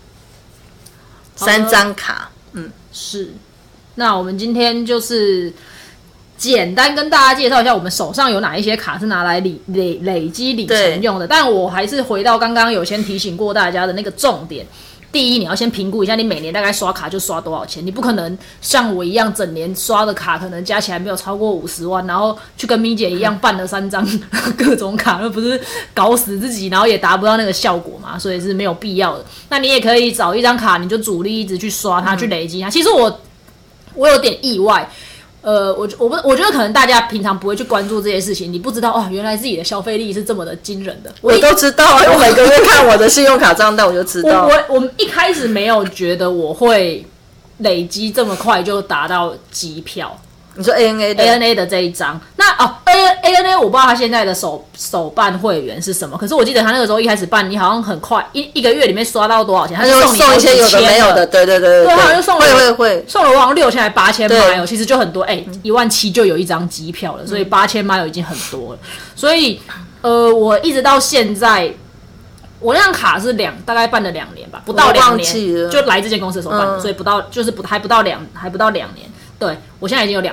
张卡。 是。那我们今天就是简单跟大家介绍一下，我们手上有哪一些卡是拿来累积里程用的。但我还是回到刚刚有先提醒过大家的那个重点。 第一，你要先评估一下你每年大概刷卡就刷多少钱，你不可能像我一样整年刷的卡可能加起来没有超过50万，然后去跟咪姐一样办了3张各种卡，那不是搞死自己，然后也达不到那个效果嘛，所以是没有必要的。那你也可以找一张卡，你就主力一直去刷它，去累积它。其实我有点意外。我觉得可能大家平常不会去关注这些事情，你不知道哦，原来自己的消费力是这么的惊人的。 我都知道啊，我每个月看我的信用卡账单，我就知道。 我一开始没有觉得我会累积这么快就达到机票。 你说 ANA 的这一张，那ANA 我不知道他现在的首办会员是什么，可是我记得他那个时候一开始办，你好像很快一个月里面刷到多少钱，他就送一些有的没有的，对， 他好像就送了会送了我好像6000还8000 mile，其实就很多，17000就有一张机票了，所以8000 mile已经很多了，所以我一直到现在。我那张卡是大概办了2年吧，不到2年就来这间公司的时候办的，所以还不到2年。对，我现在已经有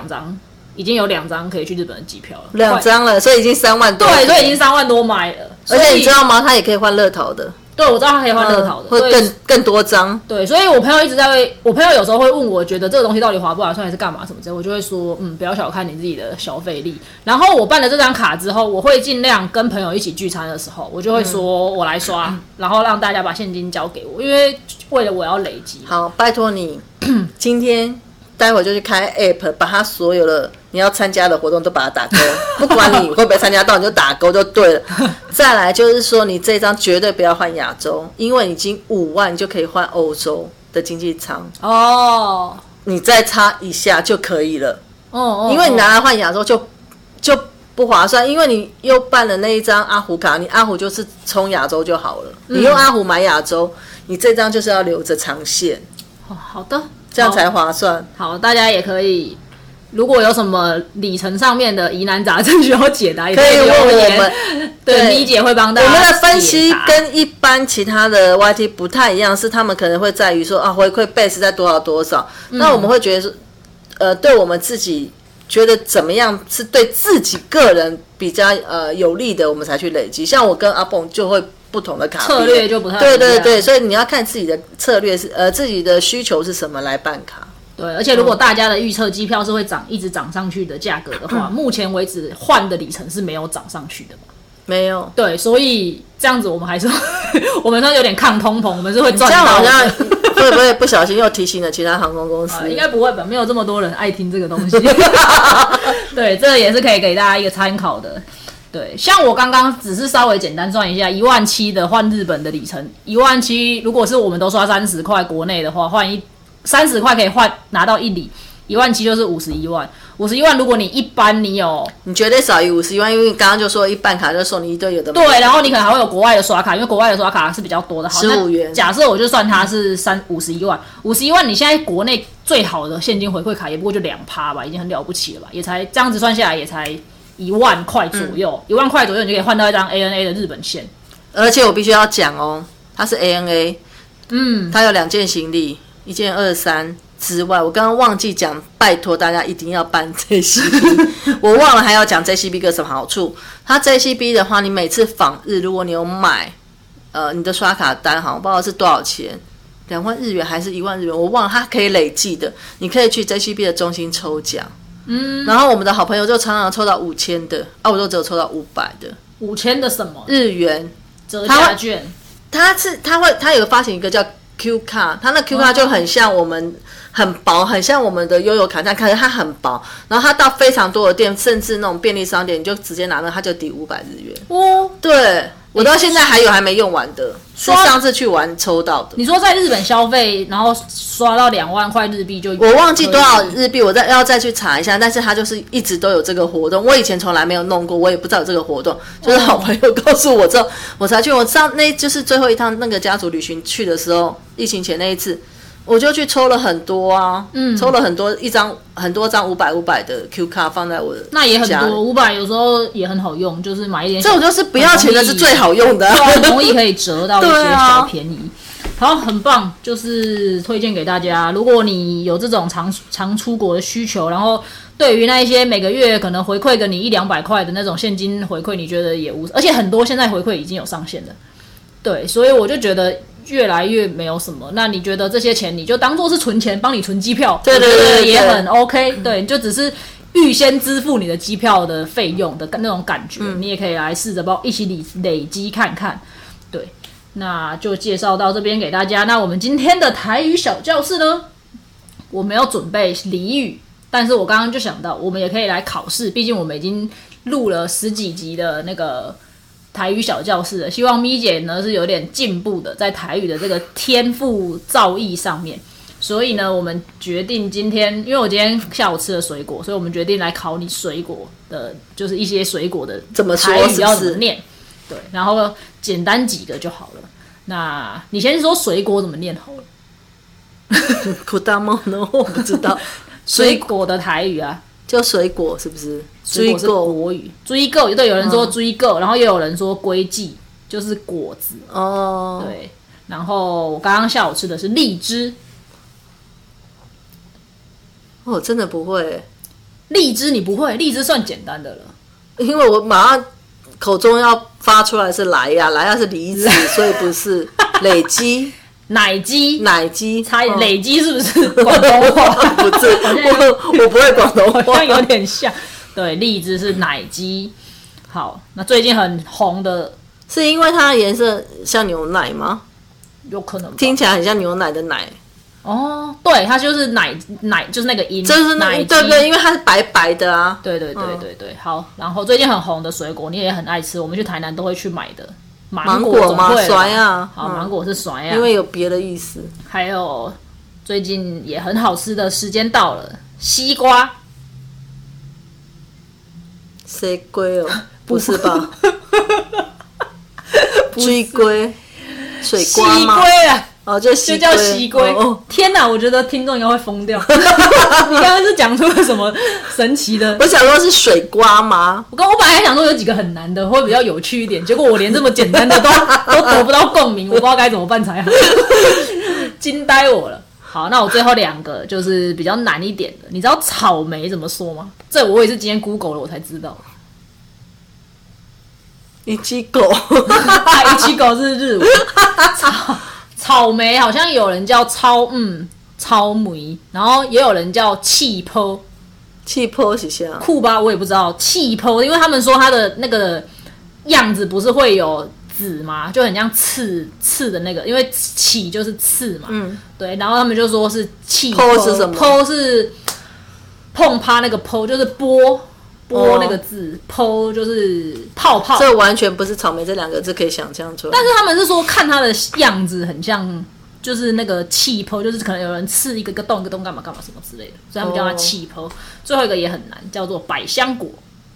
2张可以去日本的机票了 ，2张了，所以已经3万多。 对，所以已经3万多买了。 而且你知道吗？它也可以换乐桃的。 对，我知道它可以换乐桃的， 会更多张。 对，所以我朋友有时候会问我，觉得这个东西到底划不划算，还是干嘛什么之类，我就会说，不要小看你自己的消费力。然后我办了这张卡之后，我会尽量跟朋友一起聚餐的时候，我就会说我来刷，然后让大家把现金交给我，因为为了我要累积。 好，拜托你，今天待会就去开 app， 把它所有的你要参加的活动都把它打勾，不管你会不会参加到，你就打勾就对了。再来就是说，你这张绝对不要换亚洲，因为已经5万就可以换欧洲的经济舱哦，你再差一下就可以了。因为你拿来换亚洲就不划算，因为你又办了那一张阿虎卡，你阿虎就是冲亚洲就好了。你用阿虎买亚洲，你这张就是要留着长线。 好的， 这样才划算。 好，大家也可以。如果有什么里程上面的疑难杂症需要解答，也可以问我们。对，咪姐会帮大家。 我们的分析跟一般其他的 YT 不太一样，是他们可能会在于说回馈 base 在多少。那我们会觉得说，对我们自己觉得怎么样是对自己个人比较有利的，我们才去累积。像我跟阿蹦就会不同的卡策略就不太一样。 对，所以你要看自己的策略是自己的需求是什么来办卡。 对，而且如果大家的预测机票是会一直涨上去的价格的话，目前为止换的里程是没有涨上去的嘛？ 没有。 对，所以这样子我们还是我们算有点抗通膨，我们是会赚到的。 这样好像会不会不小心又提醒了其他航空公司？ 应该不会吧，没有这么多人爱听这个东西。对，这个也是可以给大家一个参考的。对，像我刚刚只是稍微简单算一下，17000的换日本的里程，17000如果是我们都刷30块国内的话，换30块可以拿到1里，17000就是51万。51万，如果你一般你绝对少于51万，因为刚刚就说一办卡就送你一堆有的。 对，然后你可能还会有国外的刷卡，因为国外的刷卡是比较多的。好 ，15元。 假设我就算它是51万，51万，你现在国内最好的现金回馈卡也不过就2%吧，已经很了不起了吧？也才这样子算下来也才1万块左右，1万块左右你就可以换到一张 ANA 的日本线。 而且我必须要讲它是 ANA，它有2件行李。1件23之外，我刚刚忘记讲，拜托大家一定要办 JCB， 我忘了还要讲 JCB 个什么好处。它 JCB 的话，你每次访日，如果你有买，你的刷卡单好像不知道是多少钱，2万日元还是1万日元，我忘了，它可以累计的，你可以去 JCB 的中心抽奖。然后我们的好朋友就常常抽到5000的，我都只有抽到500的。 5000的什么？ 日元折价券。 它有发行一个叫Q 卡，它那 Q 卡就很像我们很薄，很像我们的悠游卡这样，可是它很薄，然后它到非常多的店，甚至那种便利商店，你就直接拿它就抵500日元。对，我到现在还没用完的，是上次去玩抽到的。 你说在日本消费，然后刷到2万块日币就我忘记多少日币，我要再去查一下。但是它就是一直都有这个活动，我以前从来没有弄过，我也不知道有这个活动，就是好朋友告诉我之后，我才去。我就是最后一趟那个家族旅行去的时候，疫情前那一次。我就去抽了很多啊，抽了很多很多张500的 Q 卡放在我的家里， 那也很多500有时候也很好用，就是买一点。 这种就是不要钱的是最好用的， 很容易可以折到一些小便宜。好，很棒，就是推荐给大家。如果你有这种常出国的需求，然后对于那一些每个月可能回馈给你100-200块的那种现金回馈，你觉得也而且很多现在回馈已经有上限了。对，所以我就觉得越来越没有什么。那你觉得这些钱你就当做是存钱，帮你存机票， 对对对对对， 也很 OK。对，就只是预先支付你的机票的费用的那种感觉，你也可以来试着一起累积看看。对，那就介绍到这边给大家。那我们今天的台语小教室呢，我没有准备俚语，但是我刚刚就想到，我们也可以来考试，毕竟我们已经录了10几集的那个台语小教室了，希望咪姐呢是有点进步的，在台语的这个天赋造诣上面。所以呢，我们决定今天，因为我今天下午吃了水果，所以我们决定来考你水果的，就是一些水果的怎么说， 台语要怎么念。对，然后简单几个就好了。那你先说水果怎么念好了。 苦大梦呢？我不知道。 水果的台语啊， 叫水果是不是？ 水果是国语，追购对，有人说追购，然后也有人说归季，就是果子哦。对，然后我刚刚下午吃的是荔枝。 哦，真的不会。 荔枝你不会？荔枝算简单的了， 因为我马上口中要发出来是来呀，来呀是梨子，所以不是累积。 奶鸡，累积是不是广东话？ 不是，我不会广东话， 好像有点像。对，荔枝是奶鸡。好，那最近很红的， 是因为它的颜色像牛奶吗？ 有可能吧， 听起来很像牛奶的奶。 哦，对，它就是奶，就是那个音， 就是奶，对对，因为它是白白的啊。 对。好，然后最近很红的水果，你也很爱吃，我们去台南都会去买的。芒果吗？ 甩啊！ 好，芒果是甩啊， 因为有别的意思。 还有最近也很好吃的时间到了，西瓜。 西瓜哦，不是吧？水龟，水瓜吗？ 西龟啊！ 哦，就叫西龟。哦，天哪，我觉得听众应该会疯掉。你刚刚是讲出了什么神奇的？ 我想说是水瓜吗？ 我本来还想说有几个很难的，会比较有趣一点，结果我连这么简单的都得不到共鸣，我不知道该怎么办才好，惊呆我了。好，那我最后2个就是比较难一点的。你知道草莓怎么说吗？这我也是今天 Google 了我才知道。 一起狗， 一起狗是日文。草莓好像有人叫草莓，然后也有人叫气泡。 气泡是啥？ 酷吧？我也不知道气泡，因为他们说它的那个样子不是会有籽吗？就很像刺的那个，因为起就是刺嘛。对，然后他们就说是气泡是什么？ 泡是碰趴那个泡，就是波那个字，泡就是泡泡。 这完全不是草莓这2个字可以想象出来。 但是他们是说看它的样子很像，就是那个气泡，就是可能有人刺一个洞一个洞干嘛什么之类的，所以他们叫它气泡。最后一个也很难，叫做百香果。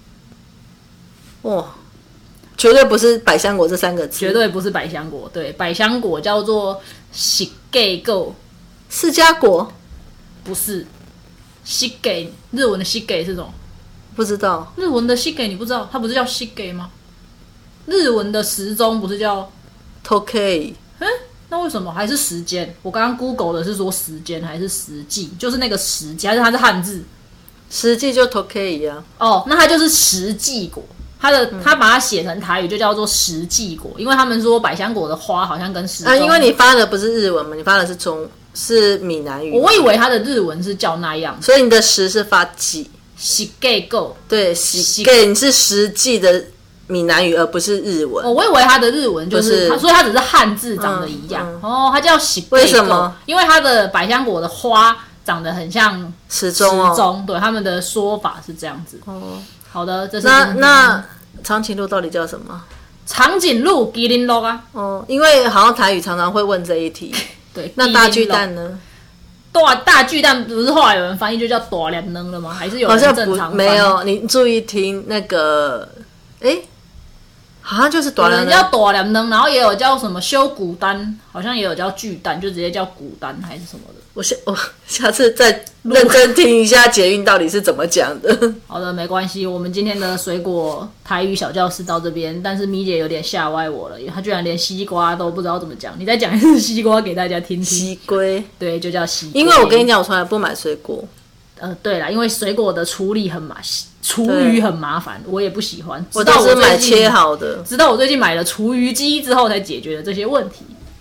哇，绝对不是百香果这3个字， 绝对不是百香果。对，百香果叫做释迦果， 释迦果不是。释迦日文的释迦是什么？ 不知道。 日文的释迦你不知道？它不是叫释迦吗？日文的时钟不是叫 Tokei？ 那为什么还是时间？我刚刚 Google 的是说时间还是实际？就是那个时际，还是它是汉字？ 实际就 Tokei 啊。 哦，那它就是实际果。他把它写成台语就叫做实际果，因为他们说百香果的花好像跟时钟。 因为你发的不是日文嘛，你发的是闽南语。 我以为它的日文是叫那样， 所以你的实是发际。 实际果。 对，实际你是实际的闽南语，而不是日文。 我以为它的日文就是，所以它只是汉字长得一样。它叫实际果。 为什么？ 因为它的百香果的花长得很像时钟。 对，他们的说法是这样子。好的，这是那长颈鹿到底叫什么？ 长颈鹿麒麟鹿啊。 因为好像台语常常会问这一题。 对， 那大巨蛋呢？ 大巨蛋不是后来有人翻译就叫大两能了吗？还是有人正常翻？ 没有，你注意听那个，好像就是大两能。 有人叫大两能，然后也有叫什么修古丹，好像也有叫巨蛋，就直接叫古丹还是什么的。 我下次再认真听一下捷运到底是怎么讲的。 好的，没关系，我们今天的水果台语小教室到这边，但是咪姐有点吓歪我了，她居然连西瓜都不知道怎么讲。你再讲一次西瓜给大家听听。 西龟， 对，就叫西龟。 因为我跟你讲，我从来不买水果。 对啦，因为水果的处理很厨余很麻烦，我也不喜欢。 我都是买切好的， 直到我最近买了厨余机之后才解决了这些问题。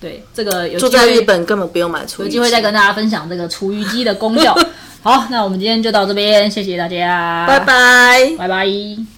对，这个有住在日本根本不用买厨余机， 有机会再跟大家分享这个厨余机的功效。好，那我们今天就到这边，谢谢大家， 拜拜， 拜拜。